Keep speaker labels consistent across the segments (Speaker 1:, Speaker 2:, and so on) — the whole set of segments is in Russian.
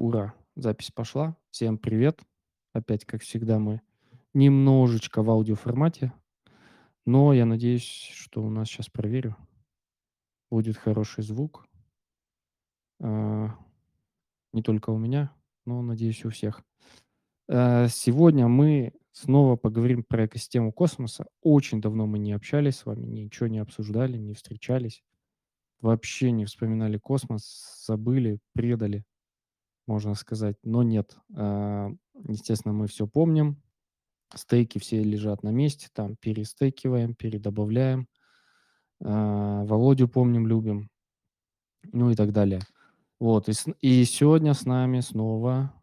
Speaker 1: Ура! Запись пошла. Всем привет. Опять, как всегда, мы немножечко в аудиоформате, но я надеюсь, что у нас сейчас проверю. Будет хороший звук. А, Не только у меня, но, надеюсь, у всех. Сегодня мы снова поговорим про экосистему космоса. Очень давно мы не общались с вами, ничего не обсуждали, не встречались, вообще не вспоминали космос, забыли, предали, можно сказать, но нет. Естественно, мы все помним. Стейки все лежат на месте, там перестейкиваем, передобавляем. Володю помним, любим, ну и так далее. Вот, и сегодня с нами снова,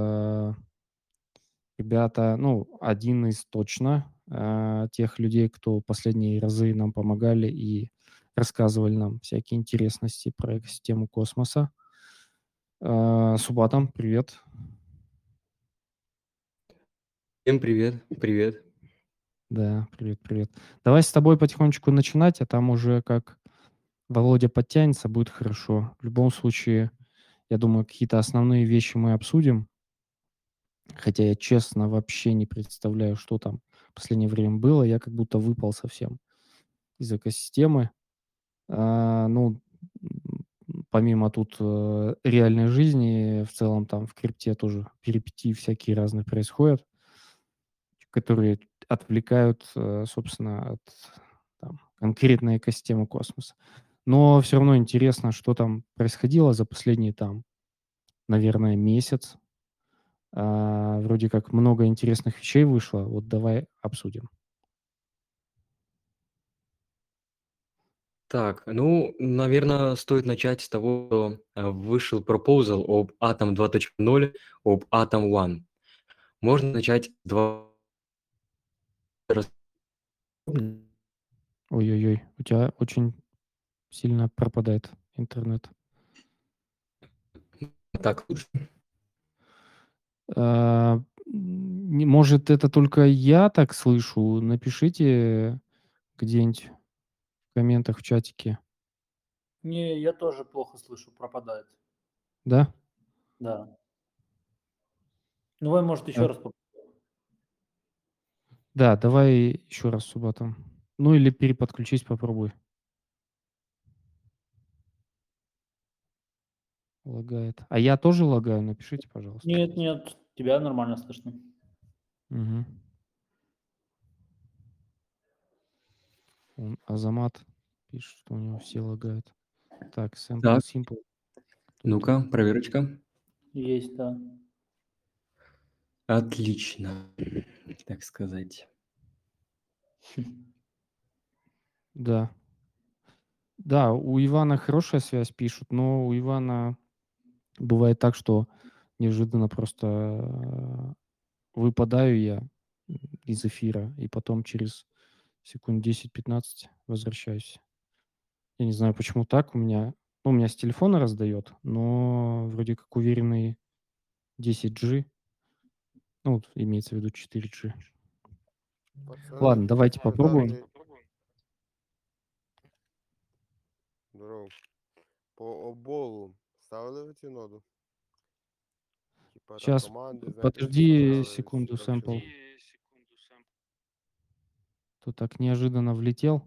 Speaker 1: ребята, ну, один из точно, тех людей, кто последние разы нам помогали и рассказывали нам всякие интересности про экосистему космоса. Субатом, привет.
Speaker 2: Всем привет, привет.
Speaker 1: Да, привет, привет. Давай с тобой потихонечку начинать, а там уже как Володя подтянется, будет хорошо. В любом случае, я думаю, какие-то основные вещи мы обсудим, хотя я, честно, вообще не представляю, что там в последнее время было. Я как будто выпал совсем из экосистемы. Ну, помимо тут реальной жизни, в целом там в крипте тоже перипетии всякие разные происходят, которые отвлекают, собственно, от там, конкретной экосистемы космоса. Но все равно интересно, что там происходило за последние там, наверное, месяц. Вроде как много интересных вещей вышло. Вот давай обсудим.
Speaker 2: Так, ну, наверное, стоит начать с того, что вышел пропозал об Atom 2.0, об Atom One. Можно начать с два.
Speaker 1: Ой-ой-ой, у тебя очень сильно пропадает интернет.
Speaker 2: Так, лучше.
Speaker 1: Может, это только я так слышу? Напишите где-нибудь в комментах в чатике.
Speaker 3: Не, я тоже плохо слышу, пропадает.
Speaker 1: Да?
Speaker 3: Да. Ну, давай, может, еще
Speaker 1: Так.
Speaker 3: раз
Speaker 1: Да, давай еще раз субботом. Ну или переподключись, попробуй. Лагает. А я тоже лагаю? Напишите, пожалуйста.
Speaker 3: Нет, нет, тебя нормально слышно.
Speaker 1: Мгм. Азамат пишет, что у него все лагают. Так,
Speaker 2: Так,
Speaker 1: simple. Тут.
Speaker 2: ну-ка, проверочка.
Speaker 3: Есть, да.
Speaker 2: Отлично, так сказать.
Speaker 1: Да. Да, у Ивана хорошая связь, пишут, но у Ивана бывает так, что неожиданно просто выпадаю я из эфира, и потом через секунд 10-15 возвращаюсь. Я не знаю, почему так. У меня с телефона раздает, но вроде как уверенный 10G, ну, вот имеется в виду 4G.
Speaker 4: Пацаны,
Speaker 1: Ладно, давайте попробуем.
Speaker 4: недавний... Здорово. По оболу ставили ви цю ноду? Типа там
Speaker 1: Сейчас,
Speaker 4: команди, знаєте, які
Speaker 1: подожди
Speaker 4: сказали,
Speaker 1: секунду,
Speaker 4: всі там
Speaker 1: сэмпл.
Speaker 4: чому.
Speaker 1: Тут так неожиданно влетел.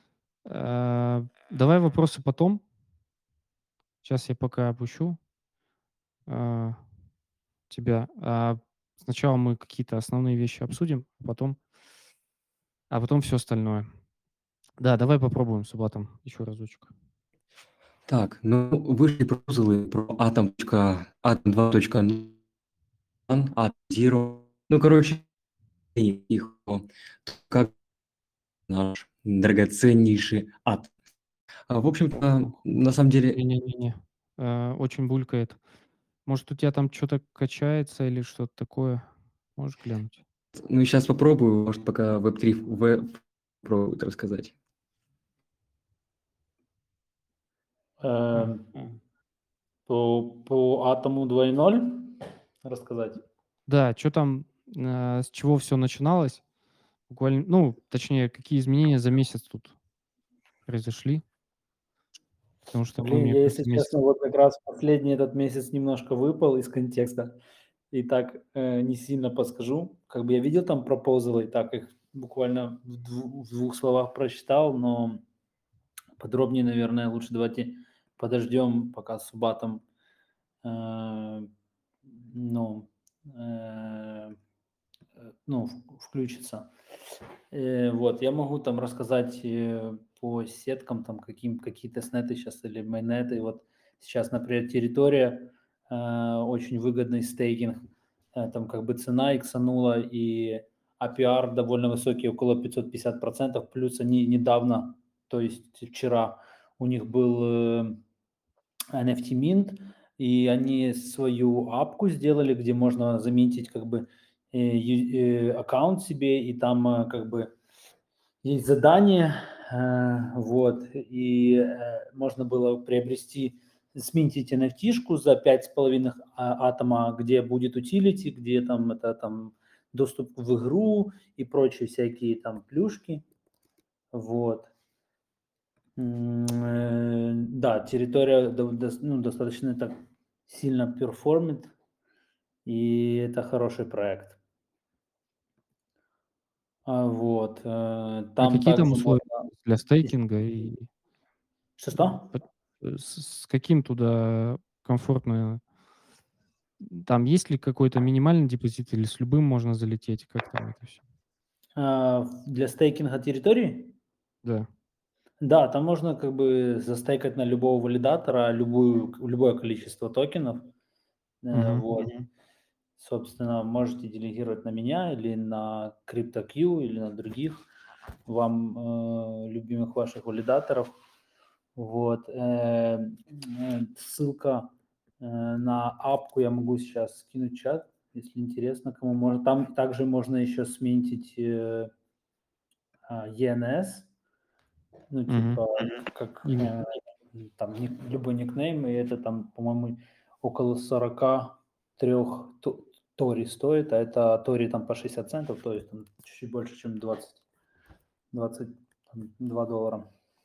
Speaker 1: Давай вопросы потом. Сейчас я пока опущу а, тебя. Сначала мы какие-то основные вещи обсудим, а потом все остальное. Да, давай попробуем с Батом еще разочек.
Speaker 2: Так, ну, вышли пропозалы про Atom 2.0, Atom Zero. Ну, короче, их как наш драгоценнейший ад. В общем-то, на самом деле,
Speaker 1: Не-не-не-не. Очень булькает. Может, у тебя там что-то качается или что-то такое? Можешь глянуть?
Speaker 2: ну, сейчас попробую, может, пока Web3 пробует рассказать.
Speaker 3: Эм, по Атому 2.0 рассказать?
Speaker 1: Да, что там, с чего все начиналось? Буквально, ну, точнее, какие изменения за месяц тут произошли? Потому что мы,
Speaker 3: Блин,
Speaker 1: мне
Speaker 3: я,
Speaker 1: кажется,
Speaker 3: если
Speaker 1: месяц...
Speaker 3: честно, вот как раз последний этот месяц немножко выпал из контекста. И так не сильно подскажу. Как бы я видел там пропозалы, и так их буквально в двух словах прочитал, но подробнее, наверное, лучше давайте подождем, пока с Субатом ну, включится. Вот, я могу там рассказать по сеткам, там какие тестнеты сейчас или майнеты. Вот сейчас, например, территория, очень выгодный стейкинг. Там как бы цена иксанула, и APR довольно высокий, около 550%. Плюс они недавно, то есть вчера, у них был NFT Mint, и они свою апку сделали, где можно заметить как бы аккаунт себе, и там как бы есть задание, вот, и можно было приобрести, сминтить NFT-шку за 5,5 атома, где будет утилити, где там это там доступ в игру и прочие всякие там плюшки, вот. Да, территория достаточно так сильно перформит, и это хороший проект. Вот.
Speaker 1: А
Speaker 3: Там
Speaker 1: какие там
Speaker 3: также
Speaker 1: условия
Speaker 3: можно...
Speaker 1: для стейкинга и
Speaker 3: Что?
Speaker 1: с каким туда комфортно? Там есть ли какой-то минимальный депозит или с любым можно залететь? Как там это все?
Speaker 3: Для стейкинга территории?
Speaker 1: Да.
Speaker 3: Да, там можно как бы застейкать на любого валидатора любое количество токенов.
Speaker 1: Мгм.
Speaker 3: Вот. Собственно, можете делегировать на меня или на CryptoQ или на других вам любимых ваших валидаторов. Вот. Ссылка на апку я могу сейчас скинуть в чат, если интересно, кому можно. Там также можно еще сменить ENS, ну,
Speaker 1: Мгм.
Speaker 3: типа, как
Speaker 1: Имя.
Speaker 3: там любой никнейм, и это там, по-моему, около 43 Тори стоит, а это Тори там по 60 центов, то есть там чуть-чуть больше, чем 22 доллара.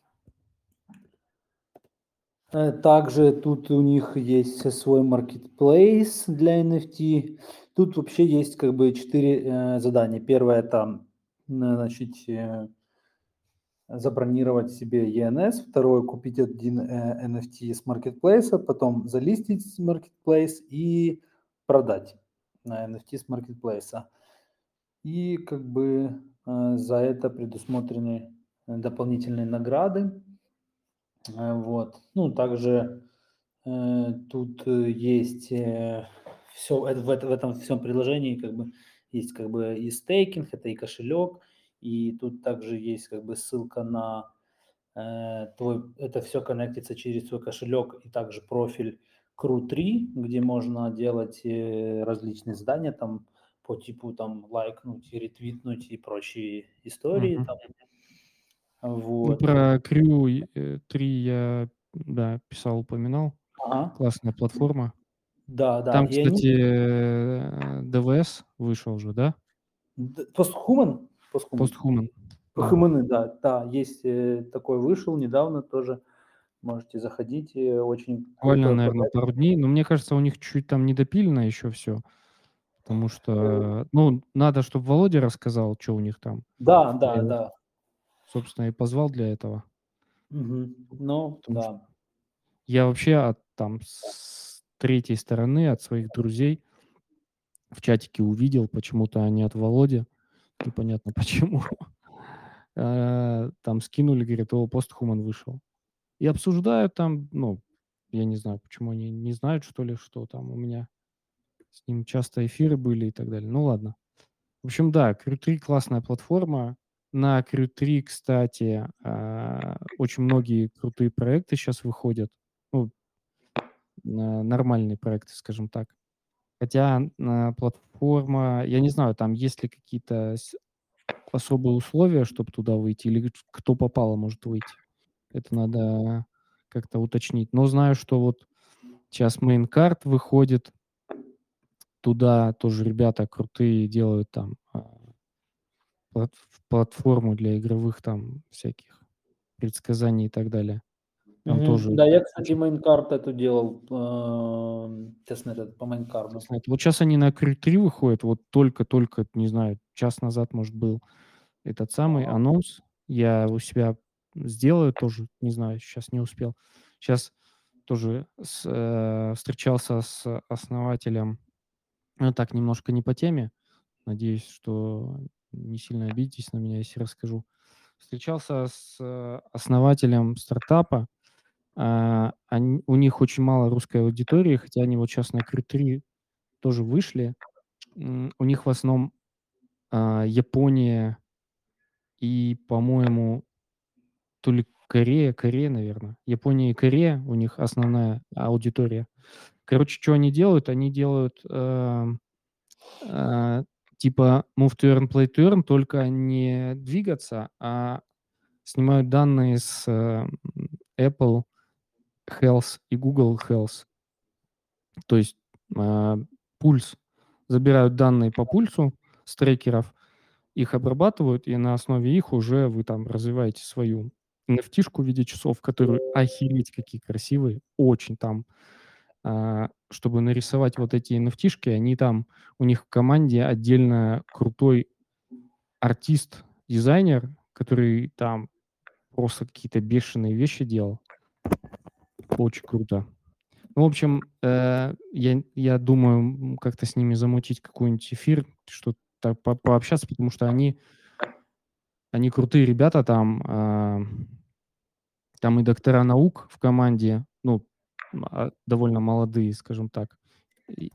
Speaker 3: Также тут у них есть свой marketplace для NFT. Тут вообще есть как бы 4 задания. Первое это, значит, забронировать себе ENS. Второе купить один NFT с маркетплейса, потом залистить с marketplace и продать на NFT с маркетплейса. И как бы за это предусмотрены дополнительные награды. Вот. Ну, также тут есть все в этом всем приложении как бы есть как бы и стейкинг, это и кошелек, и тут также есть как бы ссылка на это все коннектится через твой кошелек и также профиль Crew3, где можно делать различные задания там по типу там лайкнуть, ретвитнуть и прочие истории
Speaker 1: Мгм.
Speaker 3: там.
Speaker 1: Ну,
Speaker 3: Вот.
Speaker 1: про Crew 3 я, да, писал, упоминал.
Speaker 3: Ага.
Speaker 1: Классная платформа.
Speaker 3: Да, да.
Speaker 1: Там,
Speaker 3: И они
Speaker 1: кстати, ДВС вышел уже, да?
Speaker 3: Постхуман? Постхуман.
Speaker 1: Posthuman, да.
Speaker 3: Похуманы, да, да, есть такой вышел недавно тоже, можете заходить, очень
Speaker 1: Буквально,
Speaker 3: крутой
Speaker 1: наверное,
Speaker 3: проект.
Speaker 1: пару дней. Но мне кажется, у них чуть-чуть там недопилено еще все, потому что, ну, надо, чтобы Володя рассказал, что у них там.
Speaker 3: Да,
Speaker 1: Я
Speaker 3: да,
Speaker 1: его,
Speaker 3: да.
Speaker 1: собственно, и позвал для этого.
Speaker 3: Мгм. Ну,
Speaker 1: Потому что
Speaker 3: да.
Speaker 1: я вообще там с третьей стороны, от своих друзей в чатике увидел, почему-то они от Володи, непонятно почему. Там скинули, говорят, о, Posthuman вышел. И обсуждают там, ну, я не знаю, почему они не знают, что ли, что там у меня с ним часто эфиры были и так далее. Ну ладно. В общем, да, Crew3 классная платформа. На Crew3, кстати, очень многие крутые проекты сейчас выходят. Ну, нормальные проекты, скажем так. Хотя платформа, я не знаю, там есть ли какие-то особые условия, чтобы туда выйти, или кто попало может выйти. Это надо как-то уточнить. Но знаю, что вот сейчас мейнкарт выходит, туда тоже ребята крутые делают там платформу для игровых там всяких предсказаний и так далее. Там тоже
Speaker 3: Да, я, кстати,
Speaker 1: очень
Speaker 3: мейнкарт эту делал, тестнет этот по мейнкарду.
Speaker 1: интересно. Вот сейчас они на Crew 3 выходят, вот только, не знаю, час назад, может, был этот самый
Speaker 3: Ага.
Speaker 1: анонс. Я у себя сделаю тоже, не знаю, сейчас не успел. Сейчас тоже встречался с основателем, ну, так, немножко не по теме. Надеюсь, что не сильно обидитесь на меня, если расскажу. Встречался с основателем стартапа. У них очень мало русской аудитории, хотя они вот сейчас на Crew 3 тоже вышли. У них в основном Япония и, по-моему, то ли Корея, наверное. Япония и Корея, у них основная аудитория. Короче, что они делают? Они делают э, типа Move to Earn, Play to Earn, только не двигаться, а снимают данные с Apple Health и Google Health. То есть пульс. Забирают данные по пульсу с трекеров, их обрабатывают, и на основе их уже вы там развиваете свою NFT-шку в виде часов, которые охереть какие красивые, очень там. Чтобы нарисовать вот эти NFT-шки, они там, у них в команде отдельно крутой артист, дизайнер, который там просто какие-то бешеные вещи делал. Очень круто. Ну, в общем, я думаю, как-то с ними замутить какой-нибудь эфир, что-то пообщаться, потому что они крутые ребята там и доктора наук в команде, ну, довольно молодые, скажем так, и,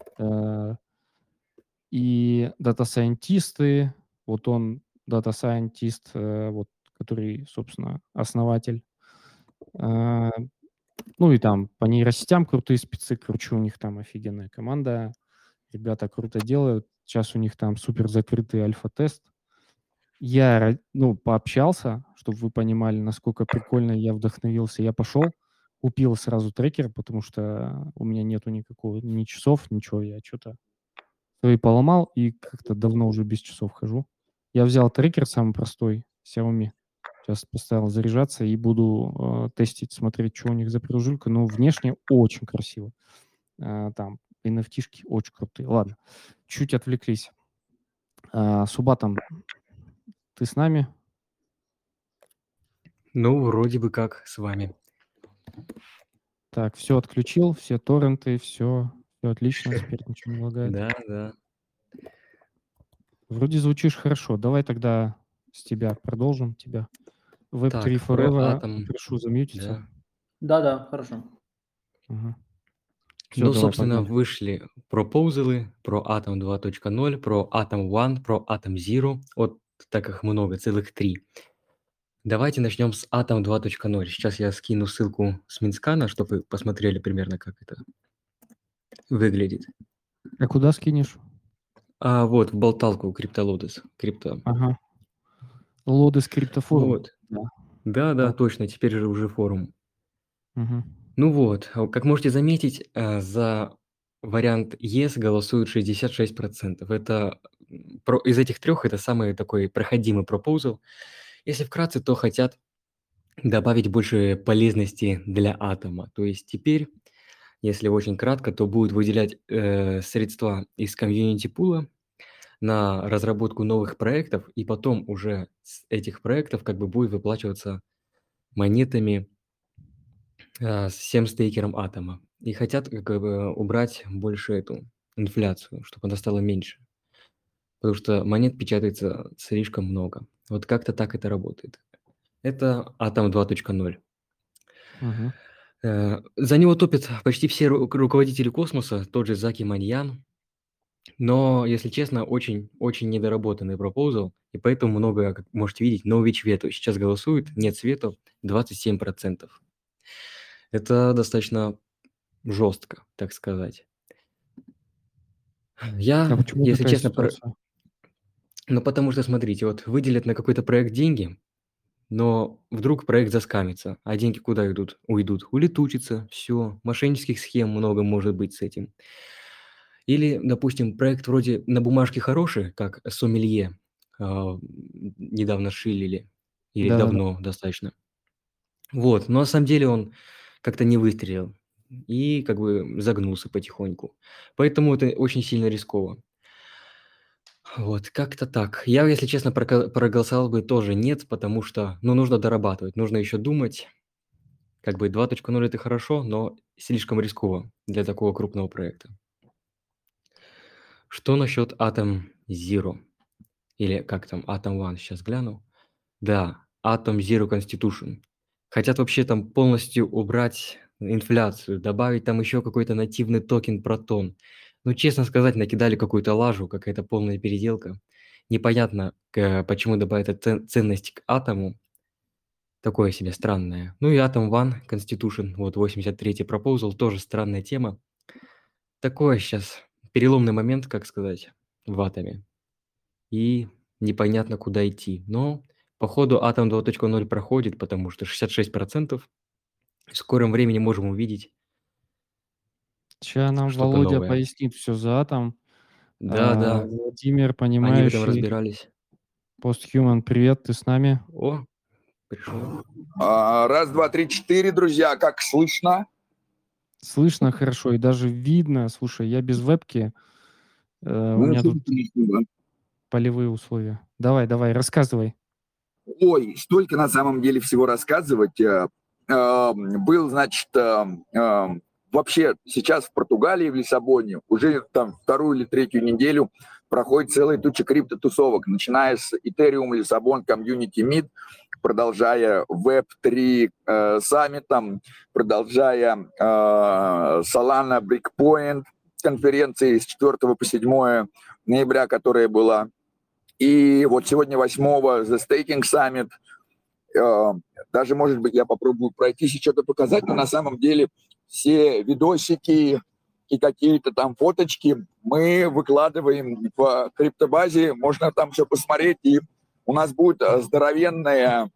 Speaker 1: и дата-сайентисты, вот он дата-сайентист, вот, который, собственно, основатель. А, Ну и там по нейросетям крутые спецы, короче, у них там офигенная команда, ребята круто делают. Сейчас у них там супер закрытый альфа-тест. Ну, пообщался, чтобы вы понимали, насколько прикольно я вдохновился. Я пошел, купил сразу трекер, потому что у меня нету никакого ни часов, ничего. Я что-то свои поломал и как-то давно уже без часов хожу. Я взял трекер самый простой, Xiaomi. Сейчас поставил заряжаться и буду тестить, смотреть, что у них за пружинка. Но внешне очень красиво. Там NFT-шки очень крутые. Ладно, чуть отвлеклись. Субатом, ты с нами?
Speaker 2: Ну, вроде бы как с вами.
Speaker 1: Так, все отключил, все торренты, все отлично, теперь ничего не лагает.
Speaker 2: Да, да.
Speaker 1: Вроде звучишь хорошо. Давай тогда с тебя продолжим тебя. Web3
Speaker 2: Так, про
Speaker 1: Forever,
Speaker 2: атом,
Speaker 1: прошу замьютиться.
Speaker 2: да.
Speaker 3: Да, хорошо.
Speaker 1: Все,
Speaker 2: Ну,
Speaker 1: давай,
Speaker 2: собственно,
Speaker 1: погнали.
Speaker 2: вышли пропозалы про Atom 2.0, про Atom One, про Atom Zero. Вот так их много, целых 3. Давайте начнем с Atom 2.0. Сейчас я скину ссылку с Минскана, чтобы вы посмотрели примерно, как это выглядит.
Speaker 1: А куда скинешь?
Speaker 2: А вот, в болталку CryptoLotus. Крипто.
Speaker 1: Ага. Лоды скриптофорум.
Speaker 2: Вот.
Speaker 1: Да.
Speaker 2: Да,
Speaker 1: Так.
Speaker 2: точно, теперь же уже форум.
Speaker 1: Мгм.
Speaker 2: Ну вот, как можете заметить, за вариант Yes голосуют 66%. Это из этих 3 это самый такой проходимый пропозал. Если вкратце, то хотят добавить больше полезности для атома. То есть теперь, если очень кратко, то будут выделять средства из комьюнити-пула на разработку новых проектов, и потом уже с этих проектов как бы будет выплачиваться монетами всем стейкерам атома. И хотят как бы убрать больше эту инфляцию, чтобы она стала меньше. Потому что монет печатается слишком много. Вот как-то так это работает. Это Атом 2.0.
Speaker 1: Мгм.
Speaker 2: За него топят почти все руководители космоса, тот же Заки Маньян. Но, если честно, очень недоработанный пропозал, и поэтому много, как можете видеть, no which veto. Сейчас голосует, нет светов, 27%. Это достаточно жестко, так сказать.
Speaker 1: А
Speaker 2: Я,
Speaker 1: почему
Speaker 2: если
Speaker 1: такая
Speaker 2: честно,
Speaker 1: ситуация?
Speaker 2: ну потому что, смотрите, вот выделят на какой-то проект деньги, но вдруг проект заскамится, а деньги куда идут? Уйдут. Улетучится, все. Мошеннических схем много может быть с этим. Или, допустим, проект вроде на бумажке хороший, как Сомелье, недавно шилили, или
Speaker 1: Да-да-да.
Speaker 2: давно достаточно. Вот, но на самом деле он как-то не выстрелил и как бы загнулся потихоньку. Поэтому это очень сильно рисково. Вот, как-то так. Я, если честно, проголосовал бы тоже нет, потому что, ну, нужно дорабатывать, нужно еще думать. Как бы 2.0 это хорошо, но слишком рисково для такого крупного проекта. Что насчет Atom Zero? Или как там, Atom One, сейчас гляну. Да, Atom Zero Constitution. Хотят вообще там полностью убрать инфляцию, добавить там еще какой-то нативный токен Proton. Ну, честно сказать, накидали какую-то лажу, какая-то полная переделка. Непонятно, почему добавят ценность к атому. Такое себе странное. Ну и Atom One Constitution, вот 83-й proposal, тоже странная тема. Такой сейчас переломный момент, как сказать, в атоме. И непонятно, куда идти. Но, походу, Atom 2.0 проходит, потому что 66%. В скором времени можем увидеть
Speaker 1: Сейчас нам
Speaker 2: что-то
Speaker 1: Володя
Speaker 2: новое.
Speaker 1: пояснит все за атом.
Speaker 2: Да-да,
Speaker 1: Владимир,
Speaker 2: они в этом
Speaker 1: понимающий,
Speaker 2: разбирались.
Speaker 1: Posthuman, привет, ты с нами?
Speaker 2: О, пришел.
Speaker 5: Раз, два, три, четыре, друзья, как слышно?
Speaker 1: Слышно хорошо и даже видно. Слушай, я без вебки. У меня тут полевые условия. Давай, рассказывай.
Speaker 5: Ой, столько на самом деле всего рассказывать. Был, значит, вообще сейчас в Португалии, в Лиссабоне, уже там вторую или третью неделю проходит целая туча криптотусовок, начиная с Ethereum, Лиссабон, Community Meet, продолжая Web3 саммитом, продолжая Solana Breakpoint конференции с 4 по 7 ноября, которая была. И вот сегодня 8-го The Staking Summit. Даже, может быть, я попробую пройтись и что-то показать, но на самом деле все видосики и какие-то там фоточки мы выкладываем в криптобазе, можно там все посмотреть, и у нас будет здоровенное,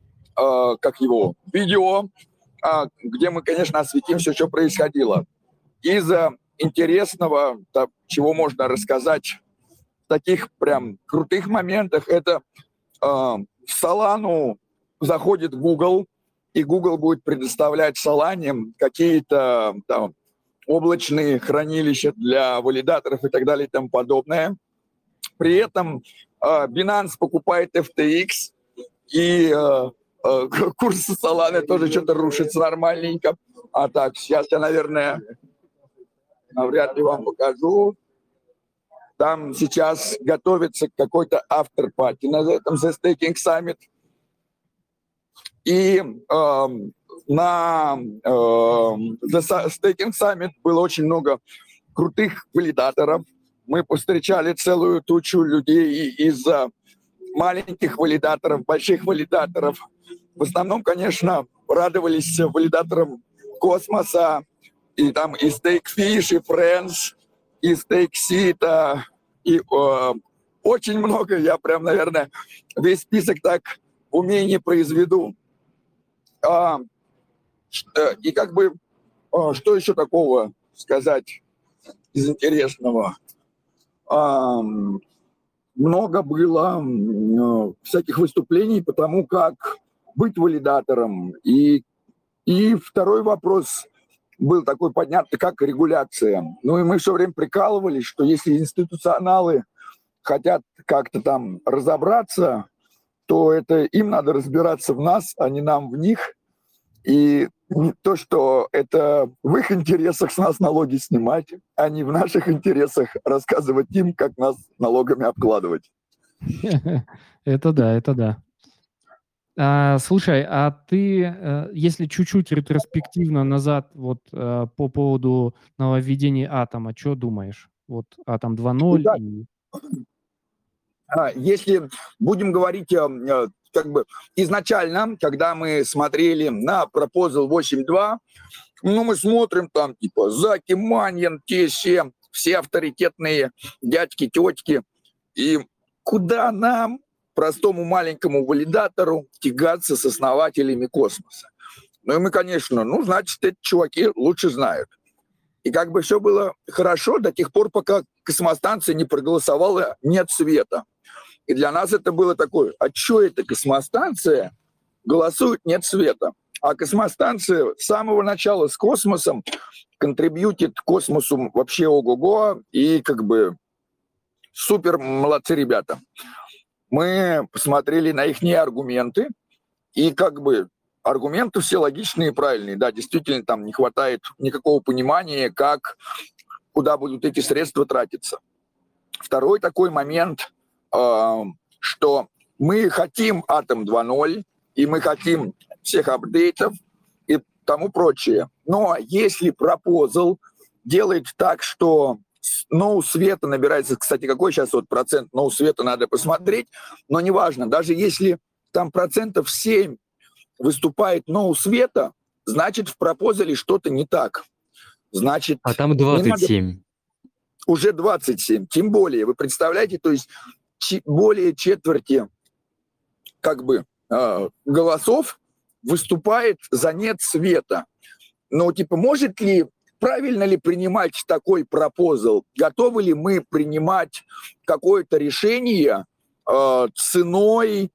Speaker 5: видео, где мы, конечно, осветим все, что происходило. Из интересного, чего можно рассказать в таких прям крутых моментах, это в Solana заходит Google, и Google будет предоставлять Solana какие-то там облачные хранилища для валидаторов и так далее и тому подобное. При этом Binance покупает FTX, и курс Solana тоже что-то рушится нормальненько. А так, сейчас я, наверное, навряд ли вам покажу. Там сейчас готовится какой-то автор-пати на этом The Staking Summit. И на The Staking Summit было очень много крутых валидаторов. Мы повстречали целую тучу людей из маленьких валидаторов, больших валидаторов. В основном, конечно, радовались валидаторам космоса. И там и Stakefish, и Friends, и StakeSeed, и очень много. Я прям, наверное, весь список так в уме не произведу. И как бы, что еще такого сказать из интересного? Много было всяких выступлений по тому, как быть валидатором. И второй вопрос был такой поднятый, как регуляция. Ну и мы все время прикалывались, что если институционалы хотят как-то там разобраться, то это им надо разбираться в нас, а не нам в них. И то, что это в их интересах с нас налоги снимать, а не в наших интересах рассказывать им, как нас налогами обкладывать.
Speaker 1: Это да. Слушай, а ты, если чуть-чуть ретроспективно назад вот по поводу нововведения атома, что думаешь? Вот атом 2.0
Speaker 5: Да.
Speaker 1: и...
Speaker 5: Если будем говорить как бы изначально, когда мы смотрели на Proposal 8.2, ну, мы смотрим там типа Заки, Маньян, те все авторитетные дядьки, тетки. И куда нам, простому маленькому валидатору, тягаться с основателями космоса? Ну и мы, конечно, значит, эти чуваки лучше знают. И как бы все было хорошо до тех пор, пока космостанция не проголосовала «нет света». И для нас это было такое, а что это космостанция голосует «нет света»? А космостанция с самого начала с космосом контрибьютит к космосу вообще ого-го, и как бы супер молодцы ребята. Мы посмотрели на их аргументы, и как бы аргументы все логичные и правильные. Да, действительно, там не хватает никакого понимания, куда будут эти средства тратиться. Второй такой момент, что мы хотим Атом 2.0, и мы хотим всех апдейтов и тому прочее. Но если пропозал делает так, что ноу света набирается, кстати, какой сейчас вот процент ноу света, надо посмотреть, но неважно, даже если там 7% выступает ноу света, значит в пропозале что-то не так. Значит,
Speaker 2: А там 27.
Speaker 5: Уже 27, тем более, вы представляете, то есть более четверти как бы голосов выступает за нет света. Но типа правильно ли принимать такой пропозал? Готовы ли мы принимать какое-то решение ценой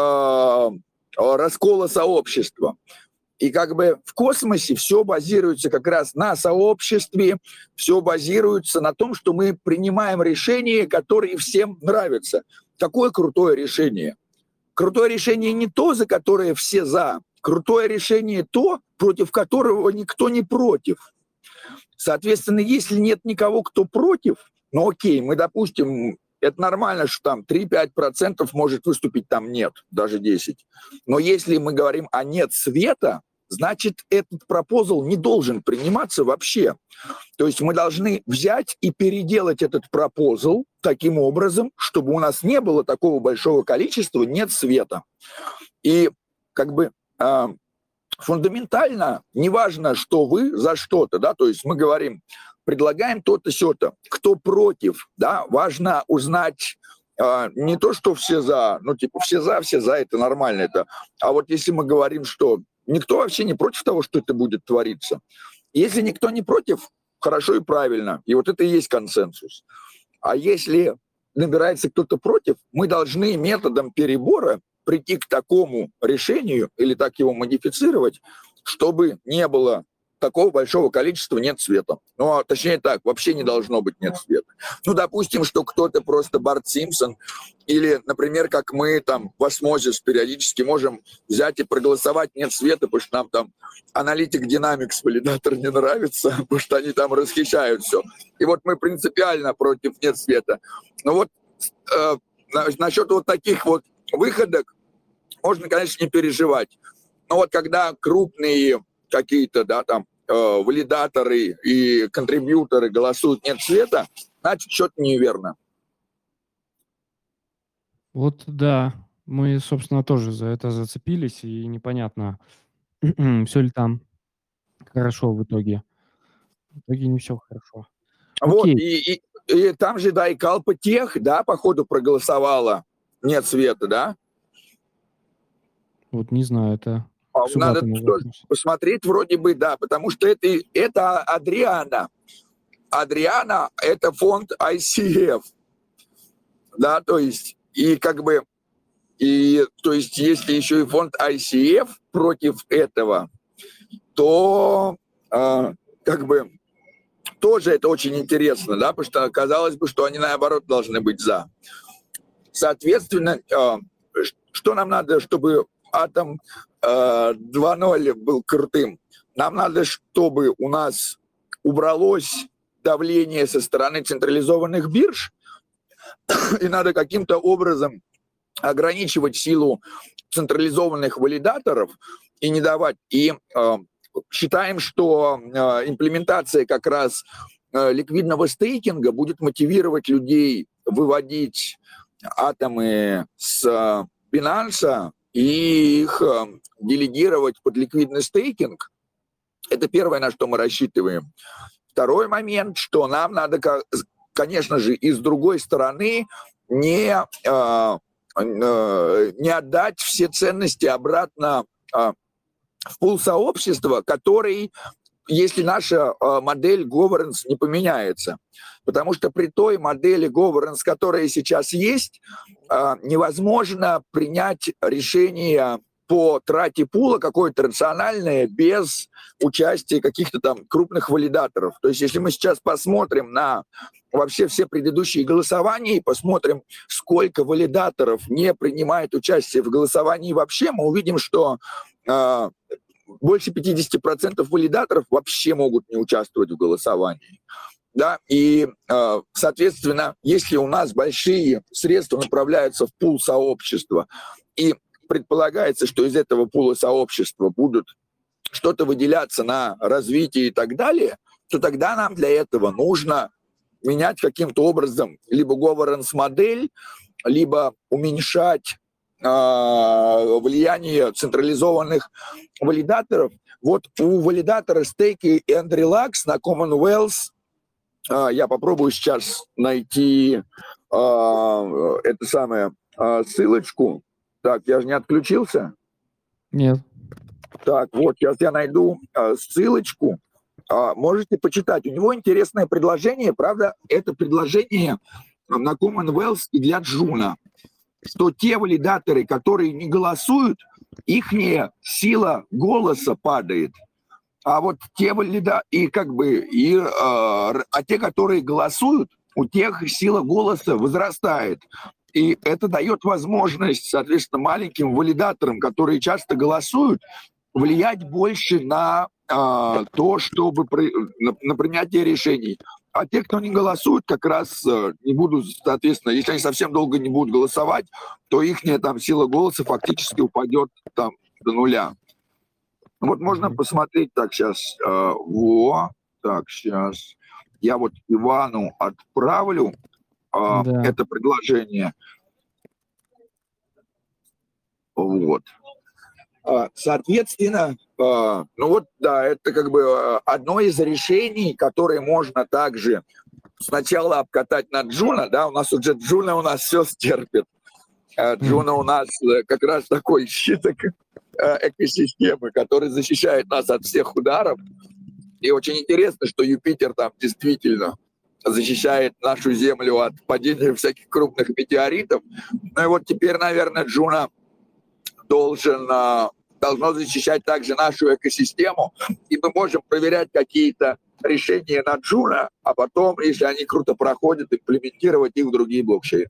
Speaker 5: раскола сообщества? И как бы в космосе все базируется как раз на сообществе, все базируется на том, что мы принимаем решения, которые всем нравятся. Какое крутое решение? Крутое решение не то, за которое все за. Крутое решение то, против которого никто не против. Соответственно, если нет никого, кто против, ну окей, мы допустим, это нормально, что там 3-5% может выступить, там нет, даже 10%. Но если мы говорим о нет света, значит, этот пропозал не должен приниматься вообще. То есть мы должны взять и переделать этот пропозал таким образом, чтобы у нас не было такого большого количества нет света. И как бы фундаментально неважно, что вы за что-то, да, то есть мы говорим, предлагаем то-то, сё-то. Кто против, да, важно узнать не то, что все за, ну типа все за, это нормально, это. А вот если мы говорим, что никто вообще не против того, что это будет твориться. Если никто не против, хорошо и правильно. И вот это и есть консенсус. А если набирается кто-то против, мы должны методом перебора прийти к такому решению или так его модифицировать, чтобы не было такого большого количества нет света. Ну, а точнее так, вообще не должно быть нет света. Ну, допустим, что кто-то просто Барт Симпсон, или, например, как мы там в Осмозис периодически можем взять и проголосовать нет света, потому что нам там аналитик Dynamics валидатор не нравится, потому что они там расхищают все. И вот мы принципиально против нет света. Ну вот насчет вот таких вот выходок можно, конечно, не переживать. Но вот когда крупные какие-то, да, там, валидаторы и контрибьюторы голосуют нет света, значит, что-то неверно.
Speaker 1: Вот да, мы, собственно, тоже за это зацепились, и непонятно, все ли там хорошо в итоге. В итоге не все хорошо.
Speaker 5: Вот,
Speaker 1: Окей.
Speaker 5: и там же, да, и Калпа Тех, да, походу проголосовала нет света, да?
Speaker 1: Вот не знаю, это
Speaker 5: Надо
Speaker 1: сюда вопрос.
Speaker 5: посмотреть вроде бы, да, потому что это Адриана. Адриана – это фонд ICF, да, то есть, и как бы, то есть, если еще и фонд ICF против этого, то как бы тоже это очень интересно, да, потому что казалось бы, что они наоборот должны быть за. Соответственно, что нам надо, чтобы Атом 2.0 был крутым? Нам надо, чтобы у нас убралось давление со стороны централизованных бирж, и надо каким-то образом ограничивать силу централизованных валидаторов и не давать. И считаем, что имплементация как раз ликвидного стейкинга будет мотивировать людей выводить атомы с Binance и их делегировать под ликвидный стейкинг. Это первое, на что мы рассчитываем. Второй момент, что нам надо, конечно же, и с другой стороны не отдать все ценности обратно в пул сообщества, который, если наша модель governance не поменяется. Потому что при той модели governance, которая сейчас есть, невозможно принять решение по трате пула какое-то рациональное без участия каких-то там крупных валидаторов. То есть если мы сейчас посмотрим на вообще все предыдущие голосования и посмотрим, сколько валидаторов не принимает участие в голосовании вообще, мы увидим, что больше 50% валидаторов вообще могут не участвовать в голосовании. Да? И, соответственно, если у нас большие средства направляются в пул сообщества, и предполагается, что из этого пула сообщества будут что-то выделяться на развитие и так далее, то тогда нам для этого нужно менять каким-то образом либо governance-модель, либо уменьшать влияние централизованных валидаторов. Вот у валидатора Stake and Relax на Commonwealth я попробую сейчас найти эту самую ссылочку. Так, я же не отключился?
Speaker 1: Нет.
Speaker 5: Так, вот, сейчас я найду ссылочку. Можете почитать. У него интересное предложение, правда, это предложение на Commonwealth и для Джуна, что те валидаторы, которые не голосуют, их сила голоса падает. А вот те валидаторы, а те, которые голосуют, у тех сила голоса возрастает. И это дает возможность, соответственно, маленьким валидаторам, которые часто голосуют, влиять больше на то, чтобы на принятие решений. А те, кто не голосует, как раз не будут, соответственно, если они совсем долго не будут голосовать, то их там сила голоса фактически упадет там до нуля. Вот можно посмотреть так сейчас. Так, сейчас. Я вот Ивану отправлю это предложение. Вот. Соответственно, это как бы одно из решений, которое можно также сначала обкатать на Джуна, да, у нас уже Джуна все стерпит. Джуна у нас как раз такой щит экосистемы, который защищает нас от всех ударов. И очень интересно, что Юпитер там действительно защищает нашу Землю от падения всяких крупных метеоритов. Ну и вот теперь, наверное, Джуна должно защищать также нашу экосистему, и мы можем проверять какие-то решения на Джуна, а потом, если они круто проходят, имплементировать их в другие блокчейны.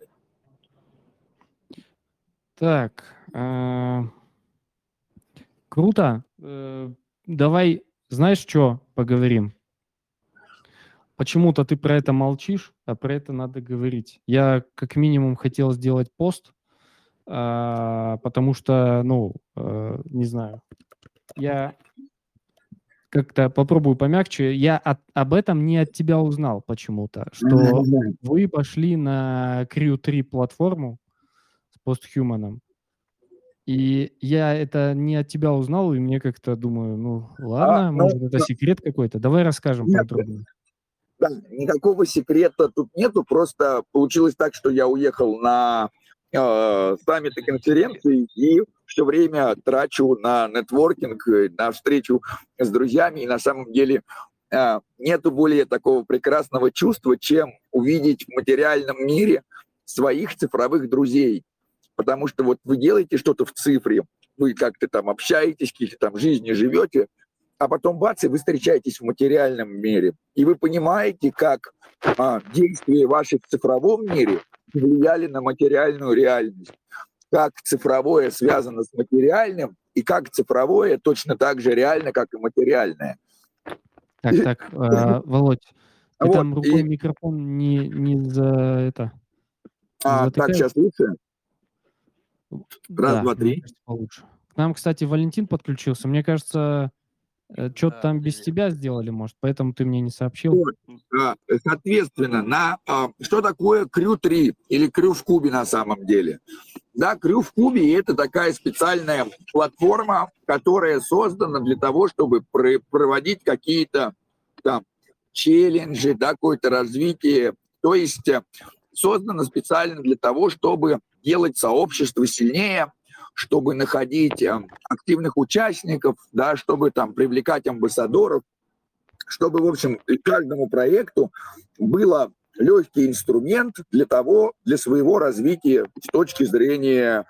Speaker 1: Так, круто. Давай, знаешь, что поговорим? Почему-то ты про это молчишь, а про это надо говорить. Я как минимум хотел сделать пост, потому что, не знаю, я как-то попробую помягче. Я об этом не от тебя узнал почему-то, что вы пошли на Crew 3 платформу с постхуманом, и я это не от тебя узнал, и мне как-то думаю, ладно, может, это секрет какой-то. Давай расскажем подробнее.
Speaker 5: Да, никакого секрета тут нету, просто получилось так, что я уехал на саммиты, конференции и все время трачу на нетворкинг, на встречу с друзьями. И на самом деле нету более такого прекрасного чувства, чем увидеть в материальном мире своих цифровых друзей. Потому что вот вы делаете что-то в цифре, вы как-то там общаетесь, какие-то там жизни живете, а потом бац, и вы встречаетесь в материальном мире. И вы понимаете, как действия ваши в цифровом мире влияли на материальную реальность. Как цифровое связано с материальным, и как цифровое точно так же реально, как и материальное.
Speaker 1: Так, Володь, ты там рукой микрофон не за это.
Speaker 5: Так, сейчас лучше? Раз, два, три.
Speaker 1: Получше. К нам, кстати, Валентин подключился. Мне кажется, что-то там без тебя сделали, может, поэтому ты мне не сообщил.
Speaker 5: Соответственно, что такое Crew 3 или Crew в кубе на самом деле? Да, Crew в кубе — это такая специальная платформа, которая создана для того, чтобы проводить какие-то там челленджи, да, какое-то развитие. То есть создана специально для того, чтобы делать сообщество сильнее, чтобы находить активных участников, да, чтобы там привлекать амбассадоров, чтобы, в общем, каждому проекту было легкий инструмент для своего развития с точки зрения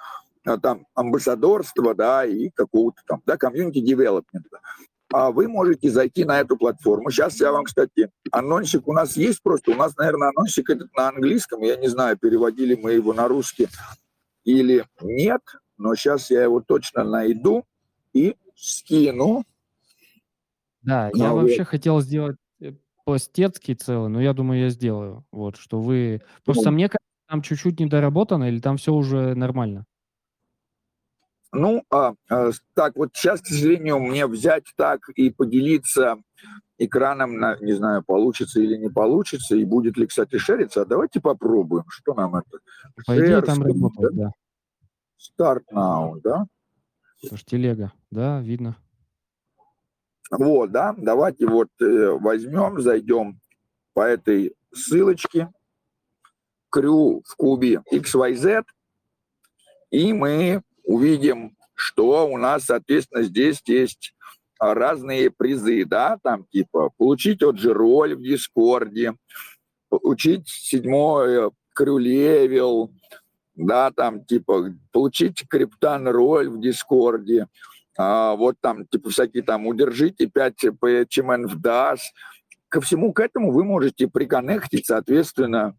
Speaker 5: там амбассадорства, да, и какого-то там, да, комьюнити девелопмента. А вы можете зайти на эту платформу. Сейчас я вам, кстати, анонсик у нас есть просто. У нас, наверное, анонсик этот на английском. Я не знаю, переводили мы его на русский или нет, но сейчас я его точно найду и скину.
Speaker 1: Да, я вообще хотел сделать постецкий целый, но я думаю, я сделаю. Вот, что вы... Просто мне кажется, там чуть-чуть недоработано, или там все уже нормально?
Speaker 5: Ну, так, вот сейчас, к сожалению, мне взять так и поделиться экраном, не знаю, получится или не получится, и будет ли, кстати, шериться. А давайте попробуем, что нам это.
Speaker 1: По идее,
Speaker 5: Share
Speaker 1: там
Speaker 5: screen,
Speaker 1: работает, да.
Speaker 5: Start now, да?
Speaker 1: Потому что телега, да, видно.
Speaker 5: Вот, да, давайте вот возьмем, зайдем по этой ссылочке, Crew в кубе XYZ, и мы увидим, что у нас, соответственно, здесь есть разные призы, да, там типа получить роль в Дискорде, получить 7-й крю-левел, да, там типа получить криптан роль в Дискорде, вот там типа всякие там удержите 5 PHMN в DAS. Ко всему к этому вы можете приконнектить, соответственно,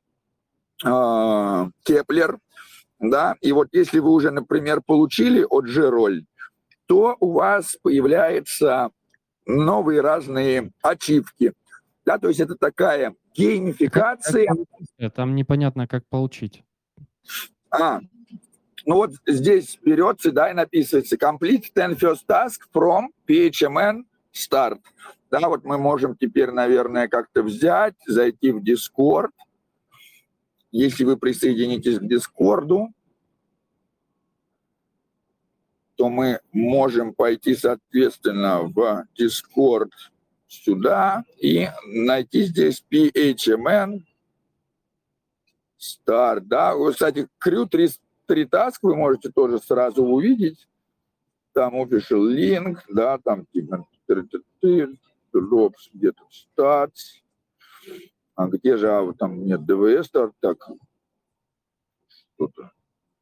Speaker 5: Кеплер, да, и вот если вы уже, например, получили OG-роль, то у вас появляются новые разные ачивки, да, то есть это такая геймификация.
Speaker 1: Там непонятно, как получить.
Speaker 5: Ну вот здесь берется, да, и написывается complete 10 first task from PHMN start. Да, вот мы можем теперь, наверное, как-то взять, зайти в Discord. Если вы присоединитесь к Дискорду, то мы можем пойти, соответственно, в Discord сюда и найти здесь PHMN Start. Да, вот, кстати, Crew 3 task вы можете тоже сразу увидеть. Там official link, да, там типа drops где-то stats. А где же вот там нет DVS Start, так что-то.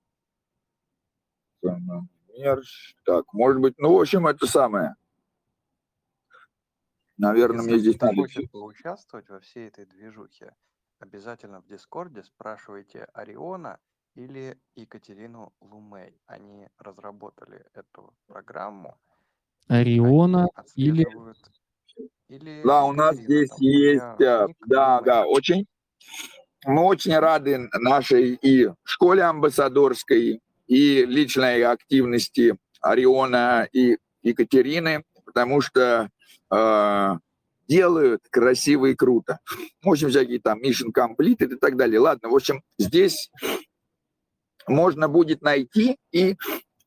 Speaker 5: Так, может быть, ну, в общем, это самое. Наверное,
Speaker 6: Если
Speaker 5: мне здесь
Speaker 6: кто-то
Speaker 5: надо...
Speaker 6: хочет поучаствовать во всей этой движухе, обязательно в Дискорде спрашивайте Ориона или Екатерину Лумей. Они разработали эту программу.
Speaker 1: Ориона или...
Speaker 6: Или
Speaker 5: Да, у нас здесь есть, да, очень. Мы очень рады нашей и школе амбассадорской, и личной активности Ориона и Екатерины, потому что делают красиво и круто. В общем, всякие там mission completed и так далее. Ладно, в общем, здесь можно будет найти, и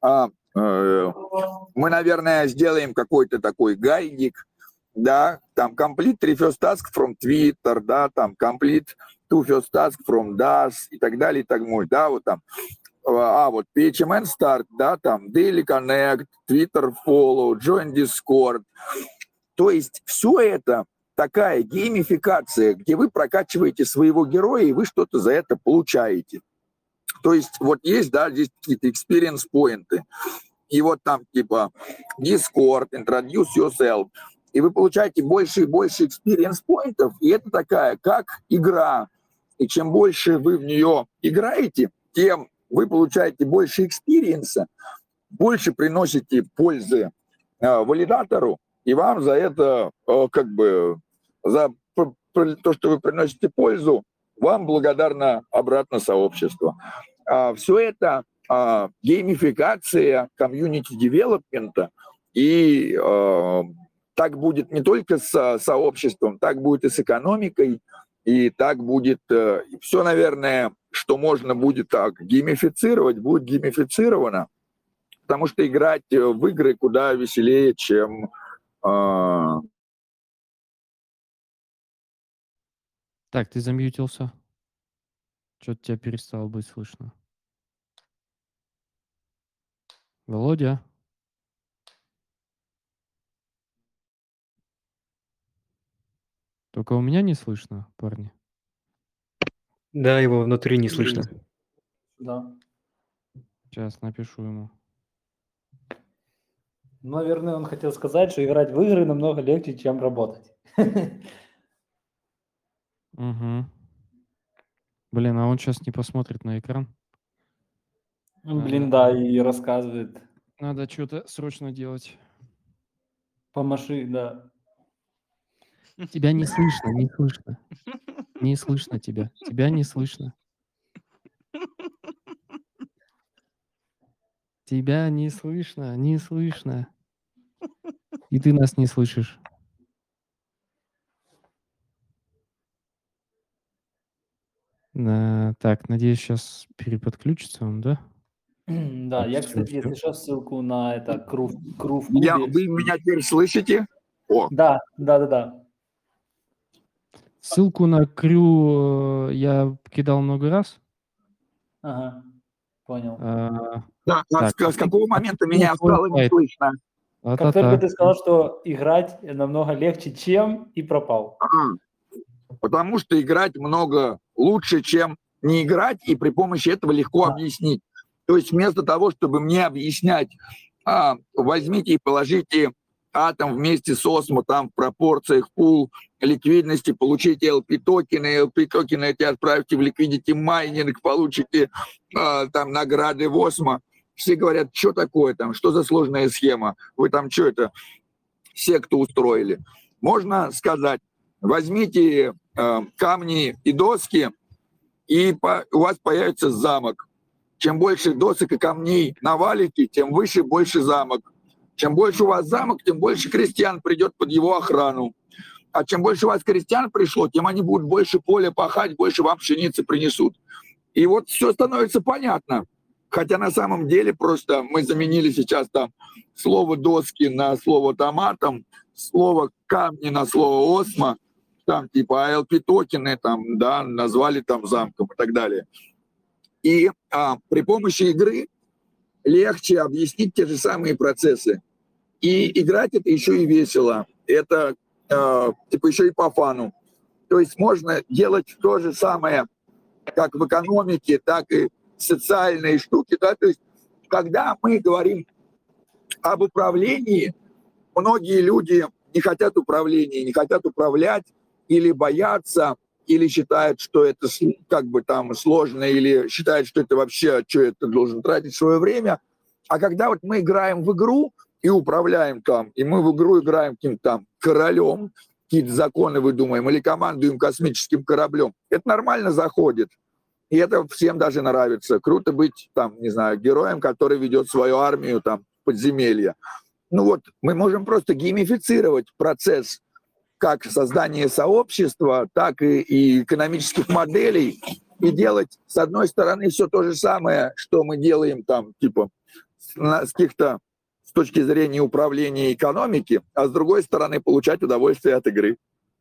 Speaker 5: мы, наверное, сделаем какой-то такой гайдик, да, там complete 3 first task from Twitter, да, там complete 2 first task from DAS и так далее, и так может, да, вот там, вот PHMN Start, да, там Daily Connect, Twitter Follow, Join Discord. То есть все это такая геймификация, где вы прокачиваете своего героя, и вы что-то за это получаете. То есть вот есть, да, здесь какие-то experience поинты. И вот там типа Discord, Introduce Yourself. И вы получаете больше и больше experience поинтов. И это такая, как игра. И чем больше вы в нее играете, тем вы получаете больше экспириенса, больше приносите пользы валидатору, и вам за это, как бы, за то, что вы приносите пользу, вам благодарно обратно сообщество. Все это геймификация комьюнити-девелопмента, и так будет не только с сообществом, так будет и с экономикой, и так будет все, наверное, что можно будет так геймифицировать, будет геймифицировано, потому что играть в игры куда веселее, чем...
Speaker 1: Так, ты замьютился. Что-то тебя перестало быть слышно. Володя? Только у меня не слышно, парни.
Speaker 2: Да, его внутри не слышно.
Speaker 3: Да.
Speaker 1: Сейчас напишу ему.
Speaker 3: Наверное, он хотел сказать, что играть в игры намного легче, чем работать.
Speaker 1: Угу. Блин, а он сейчас не посмотрит на экран.
Speaker 3: Блин, да, и рассказывает.
Speaker 1: Надо что-то срочно делать.
Speaker 3: Помаши, да.
Speaker 1: Тебя не слышно, не слышно. Не слышно тебя. Тебя не слышно. Тебя не слышно, не слышно. И ты нас не слышишь. Так, надеюсь, сейчас переподключится он, да?
Speaker 3: Да, я,
Speaker 1: Всё,
Speaker 3: кстати,
Speaker 1: всё.
Speaker 3: если что, ссылку на это кру в
Speaker 5: Вы
Speaker 3: клубе.
Speaker 5: меня теперь слышите? О,
Speaker 3: Да, да.
Speaker 1: Ссылку на крю я кидал много раз.
Speaker 3: Ага, понял.
Speaker 5: да,
Speaker 1: Так,
Speaker 5: с какого момента меня
Speaker 1: твой
Speaker 5: стало не
Speaker 1: сайт.
Speaker 5: слышно?
Speaker 3: Как только ты сказал, что играть намного легче, чем, и пропал.
Speaker 5: Потому что играть много лучше, чем не играть, и при помощи этого легко объяснить. То есть вместо того, чтобы мне объяснять, возьмите и положите атом вместе с осмо там в пропорциях пул ликвидности, получите LP-токены, LP-токены эти отправьте в ликвидити майнинг, получите там награды в осмо. Все говорят, что такое там, что за сложная схема, вы там что это, секту устроили. Можно сказать, возьмите камни и доски, и у вас появится замок. Чем больше досок и камней навалите, тем выше, больше замок. Чем больше у вас замок, тем больше крестьян придет под его охрану. А чем больше у вас крестьян пришло, тем они будут больше поля пахать, больше вам пшеницы принесут. И вот все становится понятно. Хотя на самом деле просто мы заменили сейчас там слово доски на слово томатом, слово камни на слово осмо, там типа ALP-токены там, да, назвали там замком и так далее. И при помощи игры легче объяснить те же самые процессы. И играть это еще и весело. Это типа еще и по фану. То есть можно делать то же самое, как в экономике, так и социальные штуки. Да? То есть когда мы говорим об управлении, многие люди не хотят управления, не хотят управлять или боятся, или считают, что это как бы там сложно, или считают, что это вообще, что это должен тратить свое время. А когда вот мы играем в игру и управляем там, и мы в игру играем каким-то там королем, какие-то законы выдумаем, или командуем космическим кораблем, это нормально заходит. И это всем даже нравится. Круто быть там, не знаю, героем, который ведет свою армию там в подземелье. Ну вот, мы можем просто геймифицировать процесс как создания сообщества, так и экономических моделей, и делать, с одной стороны, все то же самое, что мы делаем там, типа, с каких-то с точки зрения управления экономики, а с другой стороны, получать удовольствие от игры.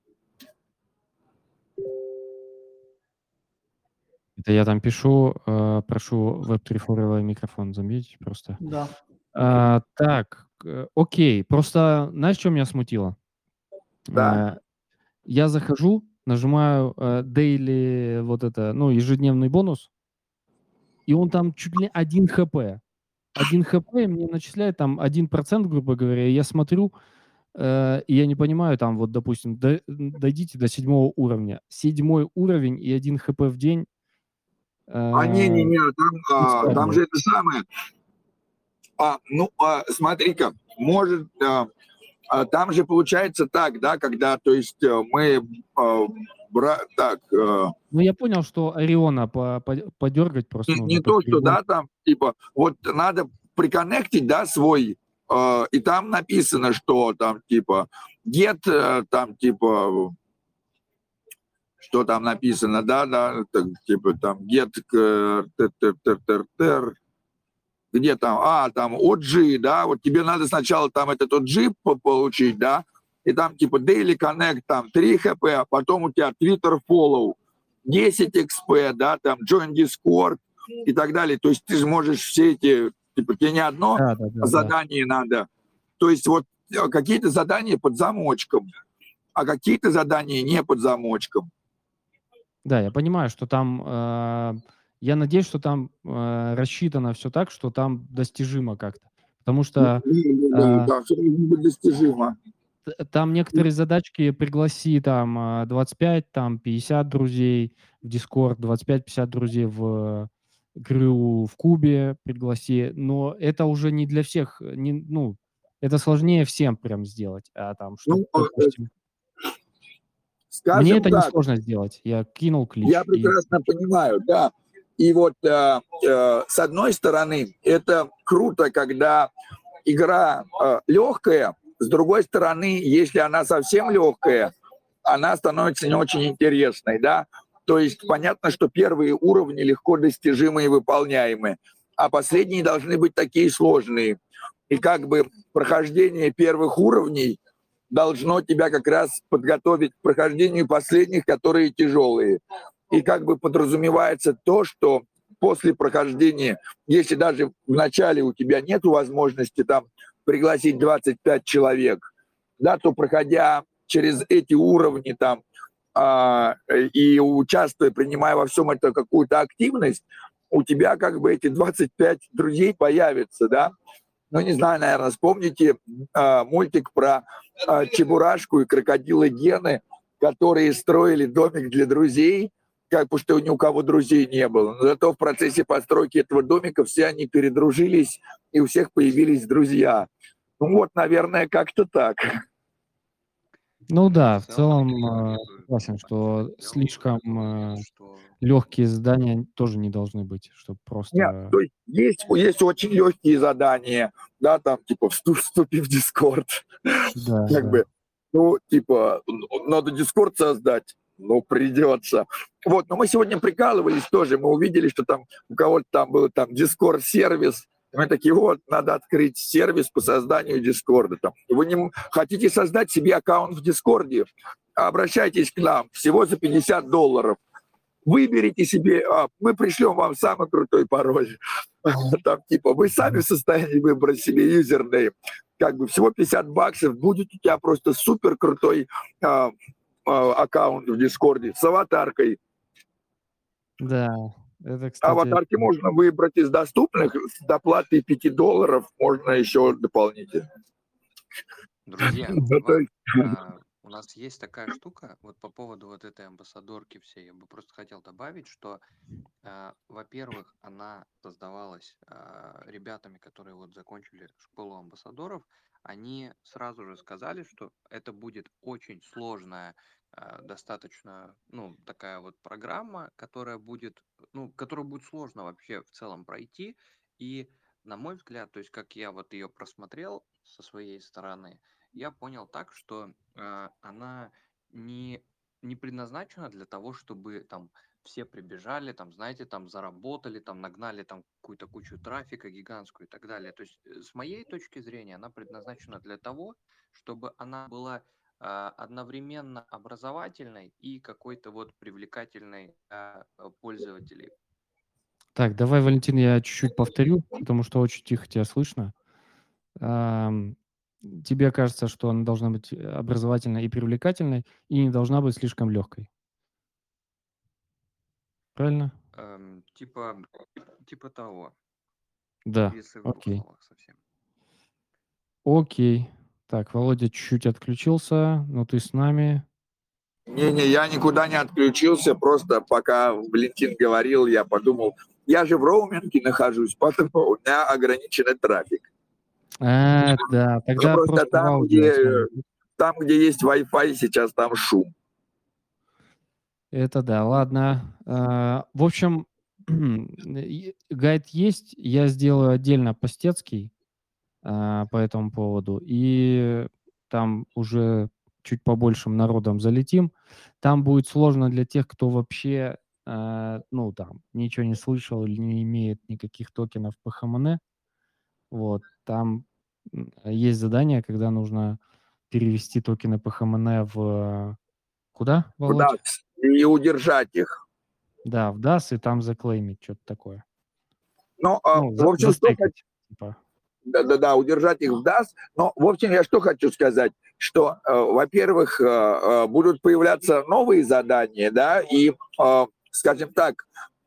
Speaker 1: Это я там пишу, прошу Web3 Forever микрофон заметить просто.
Speaker 3: Да.
Speaker 1: Так, окей. Просто знаешь, что меня смутило?
Speaker 5: Да.
Speaker 1: Я захожу, нажимаю daily, вот это, ну, ежедневный бонус, и он там чуть ли 1 хп. 1 хп, и мне начисляет там 1%, грубо говоря, и я смотрю, и я не понимаю, там вот, допустим, дойдите до 7 уровня. 7 уровень и 1 хп в день.
Speaker 5: Не-не-не, там же это самое. Смотри-ка, может, там же получается так, да, когда, то есть мы так.
Speaker 1: Ну, я понял, что Ориона подергать просто нужно.
Speaker 5: Не то, что, да, там, типа, вот надо приконнектить, да, свой, и там написано, что там, типа, get, там, типа, что там написано, да, типа, там, get, где там, там, OG, да, вот тебе надо сначала там этот OG получить, да, и там, типа, Daily Connect, там, 3 хп, а потом у тебя Twitter Follow, 10 XP, да, там, Join Discord и так далее. То есть ты же можешь все эти, типа, тебе не одно задание надо. То есть вот какие-то задания под замочком, а какие-то задания не под замочком.
Speaker 1: Да, я понимаю, что там я надеюсь, что там рассчитано все так, что там достижимо как-то. Потому что
Speaker 5: Да, все должно быть достижимо.
Speaker 1: там некоторые задачки пригласи там 25, там 50 друзей в Discord, 25-50 друзей в игру в Кубе пригласи, но это уже не для всех, ну, это сложнее всем прям сделать, а там, чтобы, допустим, мне
Speaker 5: Скажем
Speaker 1: это
Speaker 5: так,
Speaker 1: несложно сделать, я кинул клич
Speaker 5: я прекрасно понимаю, да. И вот с одной стороны, это круто, когда игра легкая, с другой стороны, если она совсем легкая, она становится не очень интересной, да. То есть понятно, что первые уровни легко достижимые и выполняемые, а последние должны быть такие сложные. И как бы прохождение первых уровней должно тебя как раз подготовить к прохождению последних, которые тяжелые. И как бы подразумевается то, что после прохождения, если даже в начале у тебя нет возможности там пригласить 25 человек, да, то проходя через эти уровни там и участвуя, принимая во всем это какую-то активность, у тебя как бы эти 25 друзей появятся, да. Ну, не знаю, наверное, вспомните мультик про Чебурашку и крокодила Гены, которые строили домик для друзей, потому что ни у кого друзей не было. Но зато в процессе постройки этого домика все они передружились, и у всех появились друзья. Ну вот, наверное, как-то так.
Speaker 1: Ну да, в
Speaker 7: В целом,
Speaker 1: целом
Speaker 7: я бы
Speaker 1: согласен, что
Speaker 7: поддержал
Speaker 1: слишком
Speaker 7: такую, что
Speaker 1: легкие задания тоже не должны быть, чтобы
Speaker 5: Нет,
Speaker 1: просто...
Speaker 5: то есть очень легкие задания, да, там, типа, вступи в Discord.
Speaker 1: Да,
Speaker 5: Как
Speaker 1: да.
Speaker 5: бы, ну, типа, надо Discord создать, ну, придется. Вот, но мы сегодня прикалывались тоже, мы увидели, что там у кого-то там был там Discord-сервис, мы такие, вот, надо открыть сервис по созданию Discord. Там. Вы не хотите создать себе аккаунт в Discord? Обращайтесь к нам, всего за $50. Выберите себе, мы пришлем вам самый крутой пароль. Там типа вы сами в состоянии выбрать себе юзернейм. Как бы всего $50, будет у тебя просто супер крутой аккаунт в Дискорде с аватаркой.
Speaker 1: Да, это, кстати...
Speaker 5: Аватарки можно выбрать из доступных, с доплатой $5 можно еще дополнительно.
Speaker 7: Друзья,
Speaker 5: Ну, то есть,
Speaker 7: у нас есть такая штука, вот по поводу вот этой амбассадорки всей, я бы просто хотел добавить, что, во-первых, она создавалась ребятами, которые вот закончили школу амбассадоров, они сразу же сказали, что это будет очень сложная, достаточно, ну, такая вот программа, которая будет, ну, которую будет сложно вообще в целом пройти, и, на мой взгляд, то есть как я вот ее просмотрел со своей стороны, я понял так, что она не предназначена для того, чтобы там все прибежали, там, знаете, там заработали, там нагнали там какую-то кучу трафика гигантскую и так далее. То есть с моей точки зрения она предназначена для того, чтобы она была одновременно образовательной и какой-то вот привлекательной для пользователей.
Speaker 1: Так, давай, Валентин, я чуть-чуть повторю, потому что очень тихо тебя слышно. Тебе кажется, что она должна быть образовательной и привлекательной, и не должна быть слишком легкой. Правильно?
Speaker 7: Типа того,
Speaker 1: Да,
Speaker 7: если в двух
Speaker 1: окей.
Speaker 7: словах совсем.
Speaker 1: Окей. Так, Володя чуть-чуть отключился, но ты с нами.
Speaker 5: не, я никуда не отключился, просто пока Валентин говорил, я подумал, я же в роуминге нахожусь, поэтому у меня ограниченный трафик.
Speaker 1: Да,
Speaker 5: Ну,
Speaker 1: тогда
Speaker 5: просто
Speaker 1: просто в аудио с нами.
Speaker 5: там, где есть Wi-Fi, сейчас там шум.
Speaker 1: Это да, ладно. В общем, гайд есть, я сделаю отдельно постецкий по этому поводу, и там уже чуть побольшим народом залетим. Там будет сложно для тех, кто вообще, ну, там, ничего не слышал или не имеет никаких токенов по ХМН. Вот, там есть задание, когда нужно перевести токены по ХМН в... Куда, Володь?
Speaker 5: И удержать их.
Speaker 1: Да, в DAS и там заклеймить, что-то такое.
Speaker 5: Ну,
Speaker 1: Ну,
Speaker 5: в общем, что
Speaker 1: застейкать, типа.
Speaker 5: Да, удержать их в DAS. Но, в общем, я что хочу сказать, что, во-первых, будут появляться новые задания, да, и, скажем так,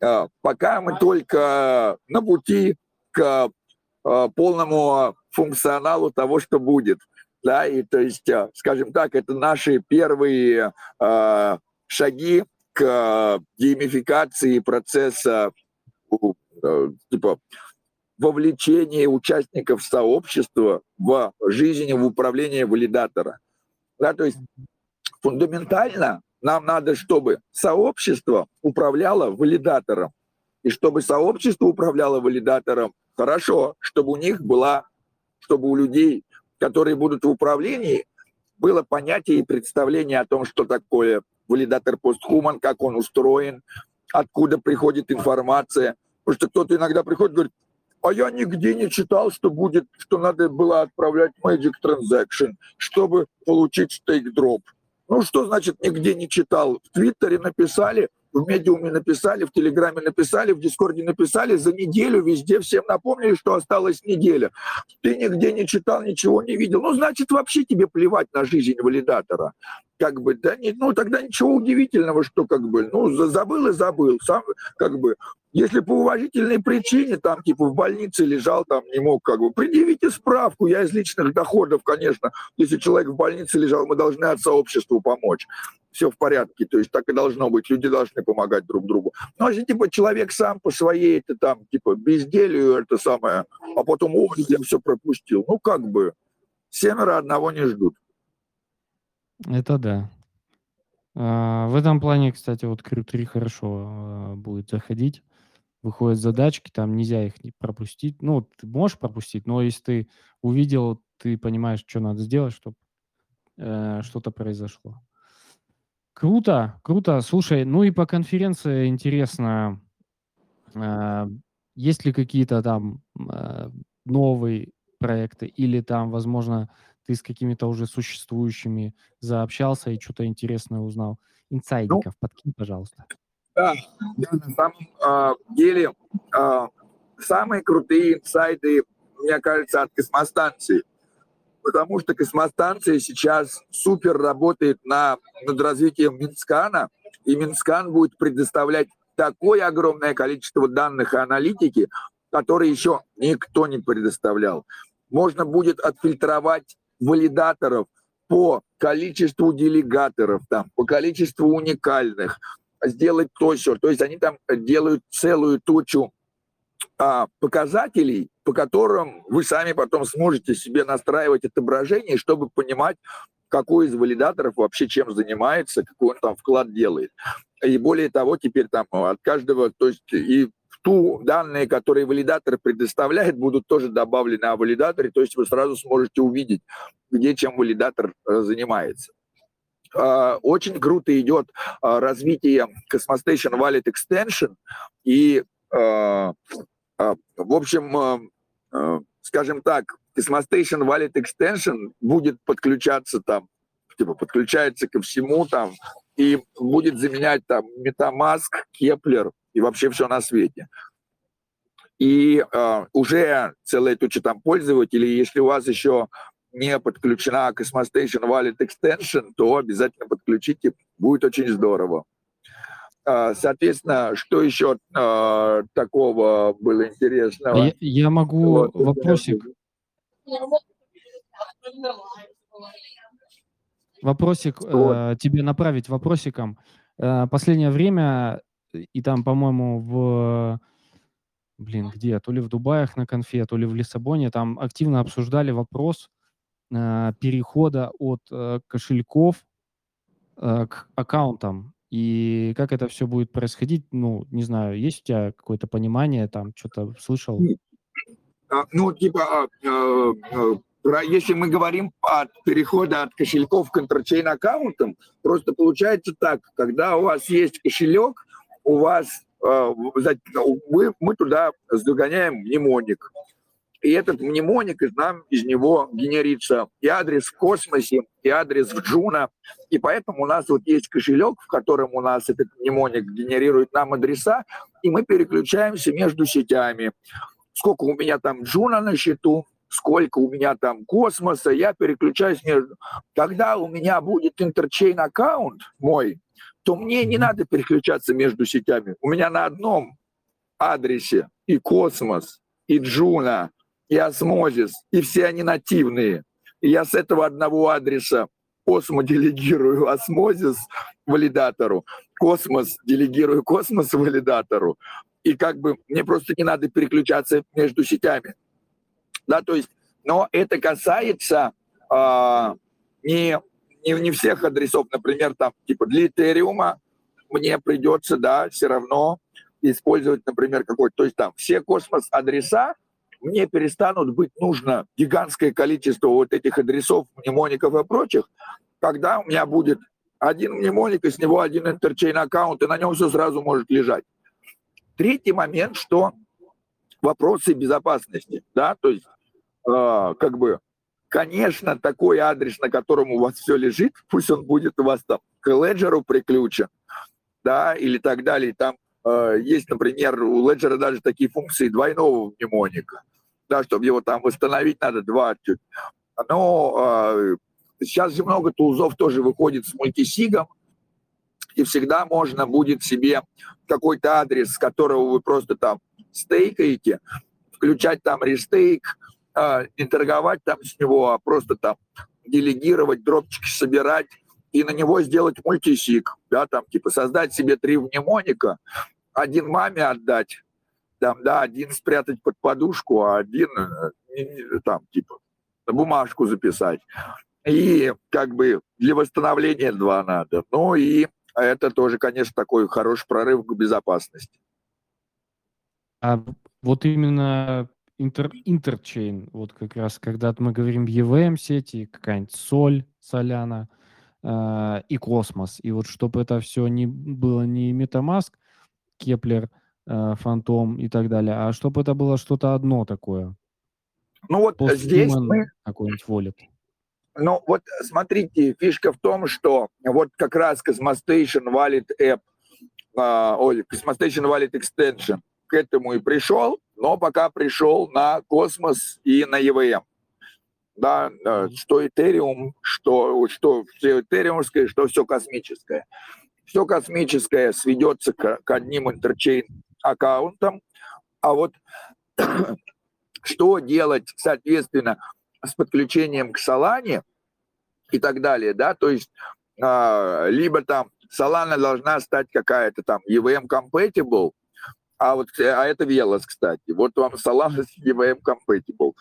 Speaker 5: пока мы только на пути к полному функционалу того, что будет. Да, и то есть, скажем так, это наши первые шаги к геймификации процесса типа вовлечения участников сообщества в жизнь, в управление валидатора. Да, то есть фундаментально нам надо, чтобы сообщество управляло валидатором. И чтобы сообщество управляло валидатором, хорошо, чтобы у них была, чтобы у людей, которые будут в управлении, было понятие и представление о том, что такое валидатор постхуман, как он устроен, откуда приходит информация. Потому что кто-то иногда приходит и говорит: а я нигде не читал, что будет, что надо было отправлять Magic Transaction, чтобы получить стейк дроп. Ну что значит нигде не читал? В Твиттере написали, в Медиуме написали, в Телеграме написали, в Дискорде написали, за неделю везде всем напомнили, что осталась неделя. Ты нигде не читал, ничего не видел. Ну, значит, вообще тебе плевать на жизнь валидатора. Как бы, да, не, ну, тогда ничего удивительного, что как бы, ну, забыл и забыл. Сам, как бы, если по уважительной причине, там, типа, в больнице лежал, там, не мог, как бы, предъявите справку. Я из личных доходов, конечно, если человек в больнице лежал, мы должны от сообщества помочь. Все в порядке, то есть так и должно быть, люди должны помогать друг другу. Но если, типа, человек сам по своей, это там, типа, безделью, это самое, а потом, ох, я все пропустил. Ну, как бы, 7 одного не ждут.
Speaker 1: Это да. В этом плане, кстати, вот Крю-3 хорошо будет заходить. Выходят задачки, там нельзя их не пропустить. Ну, ты можешь пропустить, но если ты увидел, ты понимаешь, что надо сделать, чтобы что-то произошло. Круто, круто. Слушай, ну и по конференции интересно, есть ли какие-то там новые проекты или там, возможно, ты с какими-то уже существующими заобщался и что-то интересное узнал? Инсайдиков подкинь, пожалуйста.
Speaker 5: Да, на самом деле самые крутые инсайды, мне кажется, от космостанции. Потому что космостанция сейчас супер работает над развитием Минскана, и Минскан будет предоставлять такое огромное количество данных и аналитики, которые еще никто не предоставлял. Можно будет отфильтровать валидаторов по количеству делегаторов, там, по количеству уникальных, сделать то, все. То есть они там делают целую тучу показателей, по которым вы сами потом сможете себе настраивать отображение, чтобы понимать, какой из валидаторов вообще чем занимается, какой он там вклад делает. И более того, теперь там от каждого, то есть и в ту данные, которые валидатор предоставляет, будут тоже добавлены о валидаторе, то есть вы сразу сможете увидеть, где чем валидатор занимается. Очень круто идет развитие Cosmostation Wallet Extension, и в общем, скажем так, Cosmostation Wallet Extension будет подключаться там, типа подключается ко всему там, и будет заменять там MetaMask, Kepler и вообще все на свете. И уже целая туча там пользователей, если у вас еще не подключена Cosmostation Wallet Extension, то обязательно подключите, будет очень здорово. Соответственно, что еще такого было интересного?
Speaker 1: Я могу вот, вопросик тебе направить вопросиком. Последнее время, и там, по-моему, где? То ли в Дубаях на конфе, то ли в Лиссабоне, там активно обсуждали вопрос перехода от кошельков к аккаунтам. И как это все будет происходить, ну, не знаю, есть у тебя какое-то понимание, там, что-то слышал?
Speaker 5: Ну, типа, если мы говорим от перехода от кошельков к интерчейн аккаунтам, просто получается так, когда у вас есть кошелек, у вас, мы туда загоняем мнемоник. И этот мнемоник, нам из него генерится и адрес в космосе, и адрес в Джуна. И поэтому у нас вот есть кошелек, в котором у нас этот мнемоник генерирует нам адреса, и мы переключаемся между сетями. Сколько у меня там Джуна на счету, сколько у меня там космоса, я переключаюсь между... Когда у меня будет интерчейн аккаунт мой, то мне не надо переключаться между сетями. У меня на одном адресе и Космос, и Джуна, и Осмозис, и все они нативные. И я с этого одного адреса Космо делегирую Осмозис валидатору, Космос делегирую Космос валидатору. И как бы мне просто не надо переключаться между сетями. Да, то есть, но это касается не всех адресов. Например, там, типа для Этериума мне придется, да, все равно использовать, например, какой-то, то есть там все космос-адреса, мне перестанут быть нужно гигантское количество вот этих адресов, мнемоников и прочих, когда у меня будет один мнемоник, и с него один интерчейн-аккаунт, и на нем все сразу может лежать. Третий момент, что вопросы безопасности, да, то есть как бы, конечно, такой адрес, на котором у вас все лежит, пусть он будет у вас там к Ledger приключен, да, или так далее. Там есть, например, у Ledger даже такие функции двойного мнемоника, да, чтобы его там восстановить, надо два. Но сейчас же много тулзов тоже выходит с мультисигом, и всегда можно будет себе какой-то адрес, с которого вы просто там стейкаете, включать там рестейк, не торговать там с него, а просто там делегировать, дропчики собирать и на него сделать мультисиг, да, там типа создать себе 3 мнемоника, один маме отдать, там, да, один спрятать под подушку, а один там типа на бумажку записать. И как бы для восстановления 2 надо. Ну и это тоже, конечно, такой хороший прорыв к безопасности.
Speaker 1: А вот именно интерчейн, вот как раз, когда мы говорим EVM-сети, какая-нибудь соль, Соляна и Космос, и вот чтобы это все не было не MetaMask, Кеплер, Фантом и так далее, а чтобы это было что-то одно такое.
Speaker 5: Ну вот здесь мы...
Speaker 1: какой-нибудь wallet.
Speaker 5: Ну вот смотрите, фишка в том, что вот как раз Cosmostation Wallet App, Cosmostation Wallet Extension к этому и пришел, но пока пришел на Космос и на EVM. Да, что Ethereum, что все этериумское, что все космическое. Все космическое сведется к одним интерчейн-аккаунтам, а вот что делать, соответственно, с подключением к Solana и так далее, да, то есть либо там Solana должна стать какая-то там EVM compatible, а это Velos, кстати, вот вам Solana EVM compatible.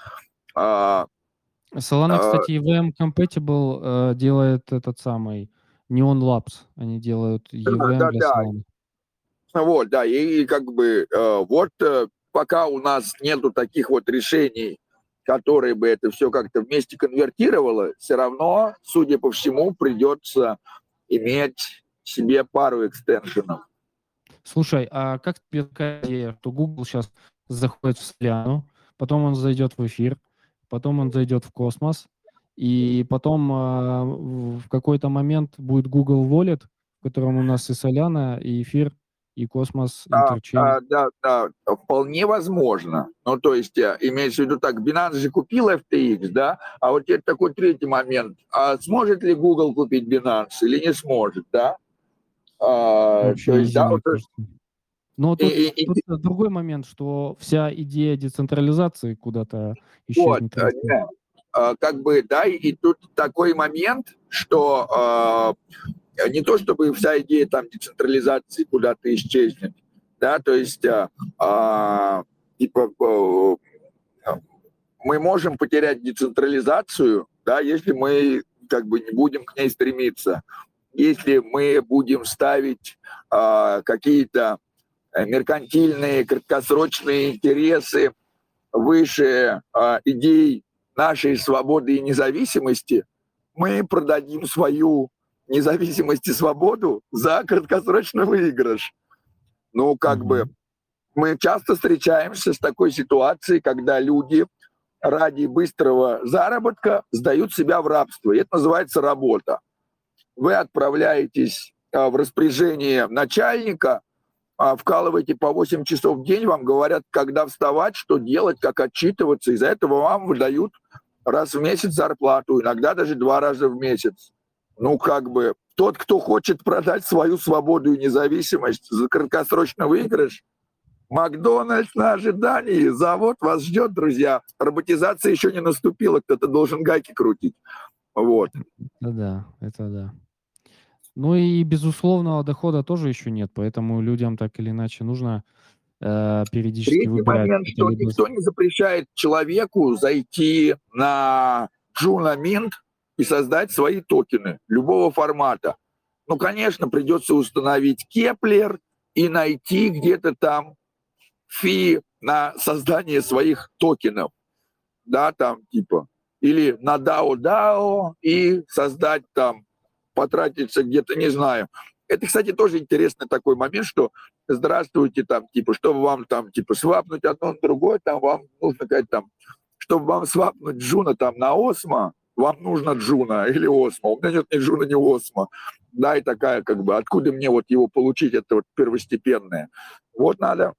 Speaker 1: Solana, кстати, EVM compatible делает этот самый Neon Labs, они делают EVM для Solana.
Speaker 5: Вот, да, и как бы пока у нас нету таких вот решений, которые бы это все как-то вместе конвертировало, все равно, судя по всему, придется иметь себе пару экстеншенов.
Speaker 1: Слушай, а как тебе такая идея, что Google сейчас заходит в Соляну, потом он зайдет в эфир, потом он зайдет в Космос, и потом в какой-то момент будет Google Wallet, в котором у нас и Соляна, и эфир, и Космос, интерчейн.
Speaker 5: Да, вполне возможно. Ну, то есть, имеется в виду так, Binance же купил FTX, да, а вот это такой третий момент. А сможет ли Google купить Binance или не сможет, да? То есть, да, вот...
Speaker 1: Но тут другой момент, что вся идея децентрализации куда-то исчезнет.
Speaker 5: Вот, как бы, да, и тут такой момент, что... не то чтобы вся идея там децентрализации куда-то исчезнет, да, то есть типа мы можем потерять децентрализацию, да, если мы как бы не будем к ней стремиться, если мы будем ставить какие-то меркантильные краткосрочные интересы выше идей нашей свободы и независимости, мы продадим свою независимость и свободу за краткосрочный выигрыш. Ну, как бы мы часто встречаемся с такой ситуацией, когда люди ради быстрого заработка сдают себя в рабство. И это называется работа. Вы отправляетесь в распоряжение начальника, вкалываете по 8 часов в день, вам говорят, когда вставать, что делать, как отчитываться. Из-за этого вам выдают раз в месяц зарплату, иногда даже 2 раза в месяц. ну, как бы, тот, кто хочет продать свою свободу и независимость за краткосрочный выигрыш, Макдональдс на ожидании, завод вас ждет, друзья. Роботизация еще не наступила, кто-то должен гайки крутить. Вот.
Speaker 1: Это да. Ну и безусловного дохода тоже еще нет, поэтому людям так или иначе нужно периодически
Speaker 5: Третий
Speaker 1: выбирать
Speaker 5: момент, что
Speaker 1: какие-либо...
Speaker 5: никто не запрещает человеку зайти на Juno Mint и создать свои токены любого формата. Ну, конечно, придется установить Кеплер и найти где-то там фи на создание своих токенов. Да, там типа. Или на DAO и создать там, потратиться где-то, не знаю. Это, кстати, тоже интересный такой момент, что здравствуйте, там, типа, чтобы вам там, типа, свапнуть одно на другое, там вам нужно сказать, там, чтобы вам свапнуть Джуна там на Осмо, вам нужно Джуна или Осмо. У меня нет ни Джуна, ни Осмо. Да, и такая, как бы, откуда мне вот его получить, это вот первостепенное. Вот надо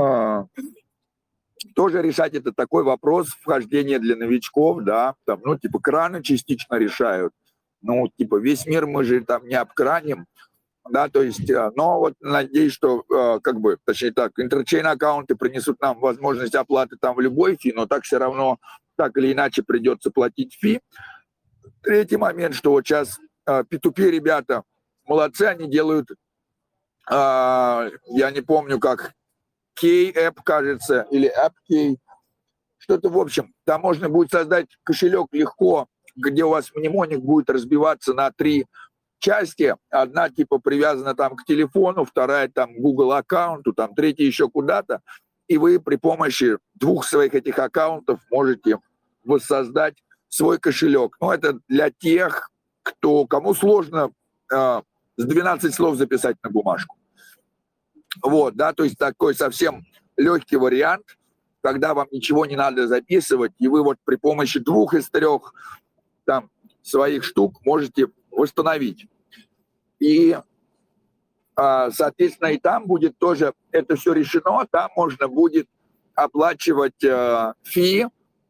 Speaker 5: тоже решать это такой вопрос вхождения для новичков, да, там, ну, типа, краны частично решают. Ну, типа, весь мир мы же там не обкраним, да, то есть, но вот надеюсь, что, как бы, точнее так, интерчейн-аккаунты принесут нам возможность оплаты там в любой фи, но так все равно, так или иначе, придется платить фи. Третий момент, что вот сейчас P2P ребята молодцы, они делают, я не помню, как K-App, кажется, или AppK, что-то, в общем, там можно будет создать кошелек легко, где у вас мнемоник будет разбиваться на 3 части. Одна типа привязана там к телефону, вторая там к Google аккаунту, там третья еще куда-то. И вы при помощи 2 своих этих аккаунтов можете воссоздать свой кошелек. Но это для тех, кому сложно с 12 слов записать на бумажку. Вот, да, то есть такой совсем легкий вариант, когда вам ничего не надо записывать, и вы вот при помощи 2 из 3 там своих штук можете восстановить. И, соответственно, и там будет тоже это все решено, там можно будет оплачивать фи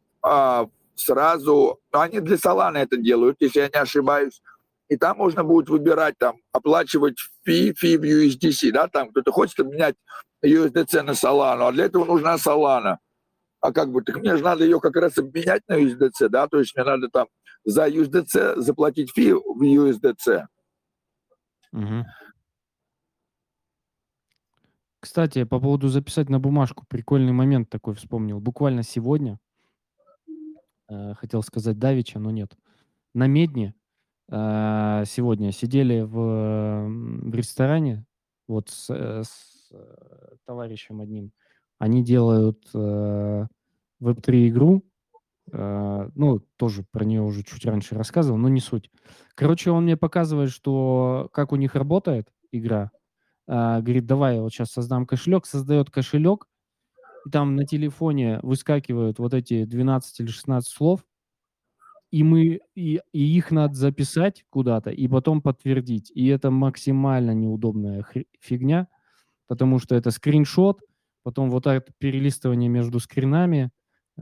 Speaker 5: сразу, они для Solana это делают, если я не ошибаюсь, и там можно будет выбирать, там, оплачивать фи в USDC, да, там кто-то хочет обменять USDC на Solana, а для этого нужна Solana. А как бы, так мне же надо ее как раз обменять на USDC, да, то есть мне надо там за USDC заплатить фи в USDC.
Speaker 1: Угу. Кстати, по поводу записать на бумажку, прикольный момент такой вспомнил. Буквально сегодня, хотел сказать давеча, но нет, на Медне сегодня сидели в ресторане вот с товарищем одним. Они делают Web3 игру, ну, тоже про нее уже чуть раньше рассказывал, но не суть. Короче, он мне показывает, что как у них работает игра. Говорит, давай я вот сейчас создам кошелек, создает кошелек, и там на телефоне выскакивают вот эти 12 или 16 слов, и их надо записать куда-то и потом подтвердить. И это максимально неудобная фигня, потому что это скриншот, потом вот это перелистывание между скринами.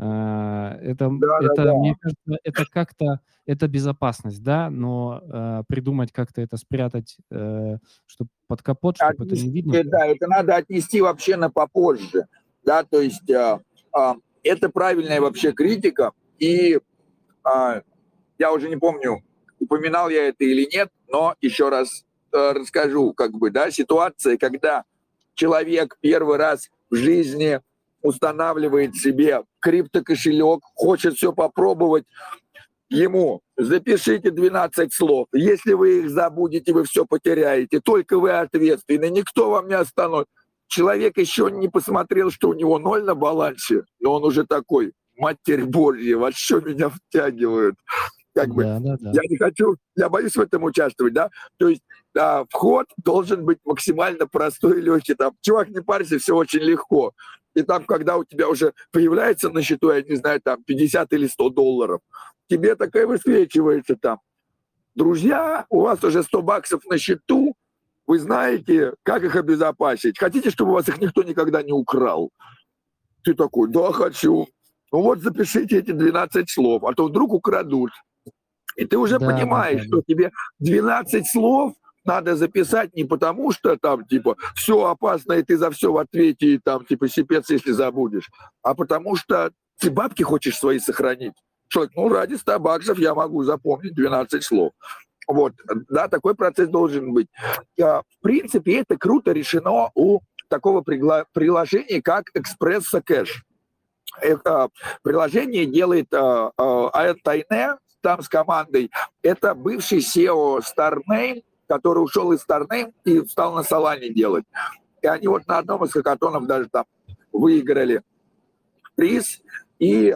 Speaker 1: Мне кажется, это как-то, это безопасность, да, но придумать как-то это спрятать, чтобы под капот, чтобы это не видно.
Speaker 5: Да, это надо отнести вообще на попозже, да, то есть это правильная вообще критика, и я уже не помню, упоминал я это или нет, но еще раз расскажу, как бы, да, ситуация, когда человек первый раз в жизни устанавливает себе криптокошелек, хочет все попробовать, ему запишите 12 слов. Если вы их забудете, вы все потеряете. Только вы ответственны, никто вам не остановит. Человек еще не посмотрел, что у него 0 на балансе, но он уже такой: Матерь Божья, во что меня втягивают? Как бы, я не хочу, я боюсь в этом участвовать, да? То есть вход должен быть максимально простой и легкий. Там, чувак, не парься, все очень легко. И там, когда у тебя уже появляется на счету, я не знаю, там 50 или 100 долларов, тебе такая высвечивается там: друзья, у вас уже 100 баксов на счету, вы знаете, как их обезопасить? Хотите, чтобы у вас их никто никогда не украл? Ты такой: да, хочу. Ну вот запишите эти 12 слов, а то вдруг украдут. И ты уже
Speaker 1: Да, да,
Speaker 5: понимаешь,
Speaker 1: да,
Speaker 5: что
Speaker 1: да.
Speaker 5: тебе 12 слов надо записать не потому, что там, типа, все опасно, и ты за все в ответе, и там, типа, сипец, если забудешь, а потому что ты бабки хочешь свои сохранить. Человек, ну, ради 100 баксов я могу запомнить 12 слов. Вот, да, такой процесс должен быть. В принципе, это круто решено у такого приложения, как Espresso Cash. Приложение делает Тайне там с командой. Это бывший SEO Starname, который ушел из Starname и стал на Solana делать. И они вот на одном из хакатонов даже там выиграли приз и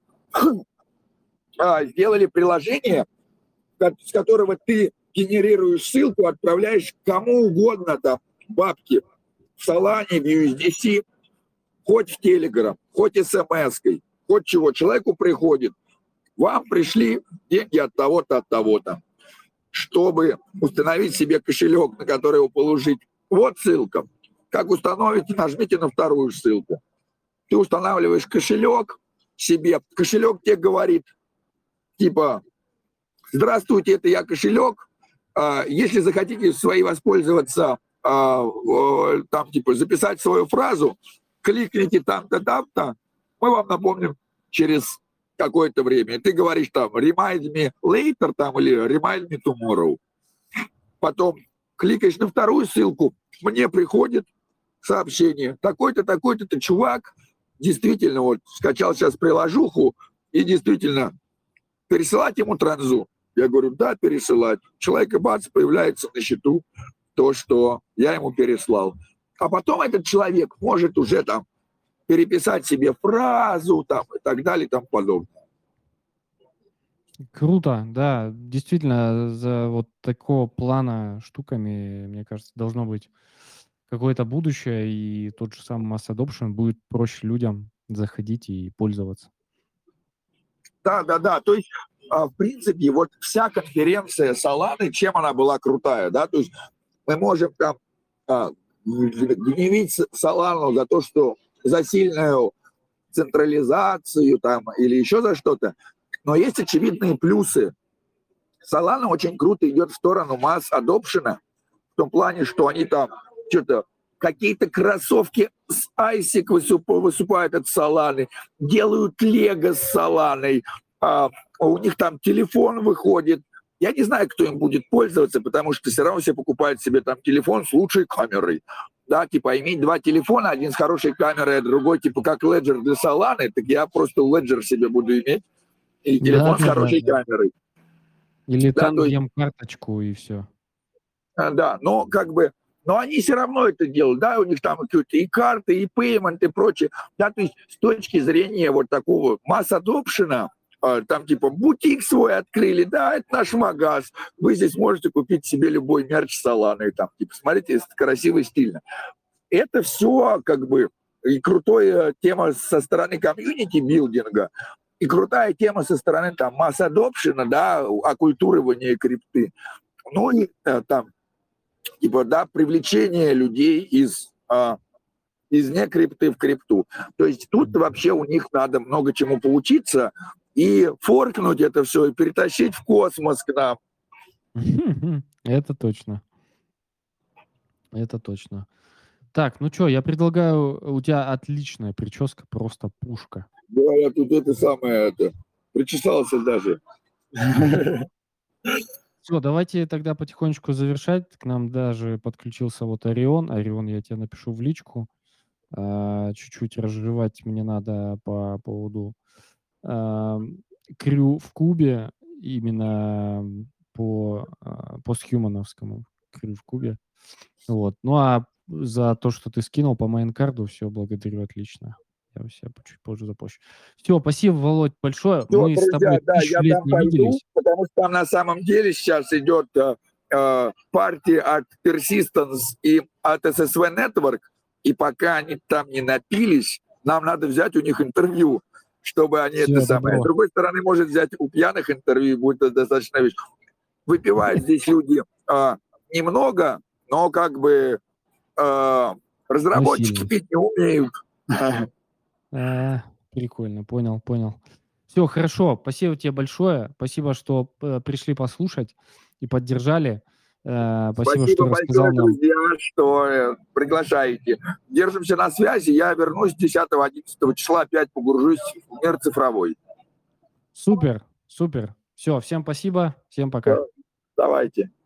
Speaker 5: сделали приложение, с которого ты генерируешь ссылку, отправляешь кому угодно там бабки в Solana, в USDC, хоть в Telegram, хоть смс-кой, хоть чего. Человеку приходит, вам пришли деньги от того-то, от того-то. Чтобы установить себе кошелек, на который его положить, вот ссылка. Как установите, нажмите на вторую ссылку. Ты устанавливаешь кошелек себе, кошелек тебе говорит, типа, здравствуйте, это я кошелек, если захотите свои воспользоваться, там, типа, записать свою фразу, кликните там-то, там-то, мы вам напомним через какое-то время. И ты говоришь там remind me later там, или remind me tomorrow. Потом кликаешь на вторую ссылку, мне приходит сообщение. Такой-то, такой-то ты чувак, действительно, вот скачал сейчас приложуху и действительно пересылать ему транзу. Я говорю, да, пересылать. Человек и бац, появляется на счету то, что я ему переслал. А потом этот человек может уже там переписать себе фразу там, и так далее и тому подобное.
Speaker 1: Круто, да, действительно, за вот такого плана штуками, мне кажется, должно быть какое-то будущее, и тот же самый Mass Adoption будет проще людям заходить и пользоваться.
Speaker 5: Да. То есть, в принципе, вот вся конференция Solana, чем она была крутая, да, то есть мы можем там гневить Solana за то, что за сильную централизацию там или еще за что-то, но есть очевидные плюсы. Solana очень круто идет в сторону Mass Adoption, в том плане, что они там что-то какие-то кроссовки с ISIC высыпают от Solana, делают лего с Solana, у них там телефон выходит. Я не знаю, кто им будет пользоваться, потому что все равно все покупают себе там телефон с лучшей камерой. Да, типа иметь два телефона, один с хорошей камерой, а другой типа как Ledger для Solana, так я просто Ledger себе буду иметь и телефон с хорошей камерой.
Speaker 1: Или
Speaker 5: да,
Speaker 1: тангем-карточку и все.
Speaker 5: Да, но как бы, но они все равно это делают, да, у них там какие-то и карты, и payment, и прочее. Да, то есть с точки зрения вот такого mass adoption, там типа бутик свой открыли, да, это наш магаз, вы здесь можете купить себе любой мерч Solana, и там, типа, смотрите, это красиво и стильно. Это все как бы и крутая тема со стороны комьюнити-билдинга, и крутая тема со стороны там mass adoption, да, оккультуривания крипты. Ну и там, типа, да, привлечение людей из некрипты в крипту. То есть тут вообще у них надо много чему поучиться и форкнуть это все, и перетащить в космос к нам.
Speaker 1: Это точно. Это точно. Так, ну что, я предлагаю, у тебя отличная прическа, просто пушка.
Speaker 5: Да, я тут это самое, причесался даже.
Speaker 1: Все, давайте тогда потихонечку завершать. К нам даже подключился вот Орион. Орион, я тебе напишу в личку. Чуть-чуть разжевать мне надо по поводу крю в кубе, именно по постхьюмановскому крю в кубе. Вот. Ну а за то, что ты скинул по майнкарду, все, благодарю, отлично. Я себя чуть позже запущу. Все, спасибо, Володь, большое.
Speaker 5: Всё,
Speaker 1: Мы
Speaker 5: друзья,
Speaker 1: с тобой
Speaker 5: да,
Speaker 1: 1000
Speaker 5: я
Speaker 1: лет
Speaker 5: там
Speaker 1: не
Speaker 5: пойду,
Speaker 1: виделись.
Speaker 5: потому что там на самом деле сейчас идет партия от Persistence и от SSV Network, и пока они там не напились, нам надо взять у них интервью, чтобы они
Speaker 1: Всё,
Speaker 5: это самое.
Speaker 1: добро.
Speaker 5: С другой стороны, может взять у пьяных интервью, и будет достаточно вещь. Выпивают здесь люди немного, но как бы разработчики
Speaker 1: сильно.
Speaker 5: пить не умеют.
Speaker 1: Прикольно, понял. Все, хорошо. Спасибо тебе большое. Спасибо, что пришли послушать и поддержали. Спасибо,
Speaker 5: Спасибо
Speaker 1: что рассказал
Speaker 5: большое,
Speaker 1: нам.
Speaker 5: друзья, что приглашаете. Держимся на связи. Я вернусь 10-11 числа, опять погружусь в мир цифровой.
Speaker 1: Супер, супер. Все, всем спасибо, всем пока.
Speaker 5: Давайте.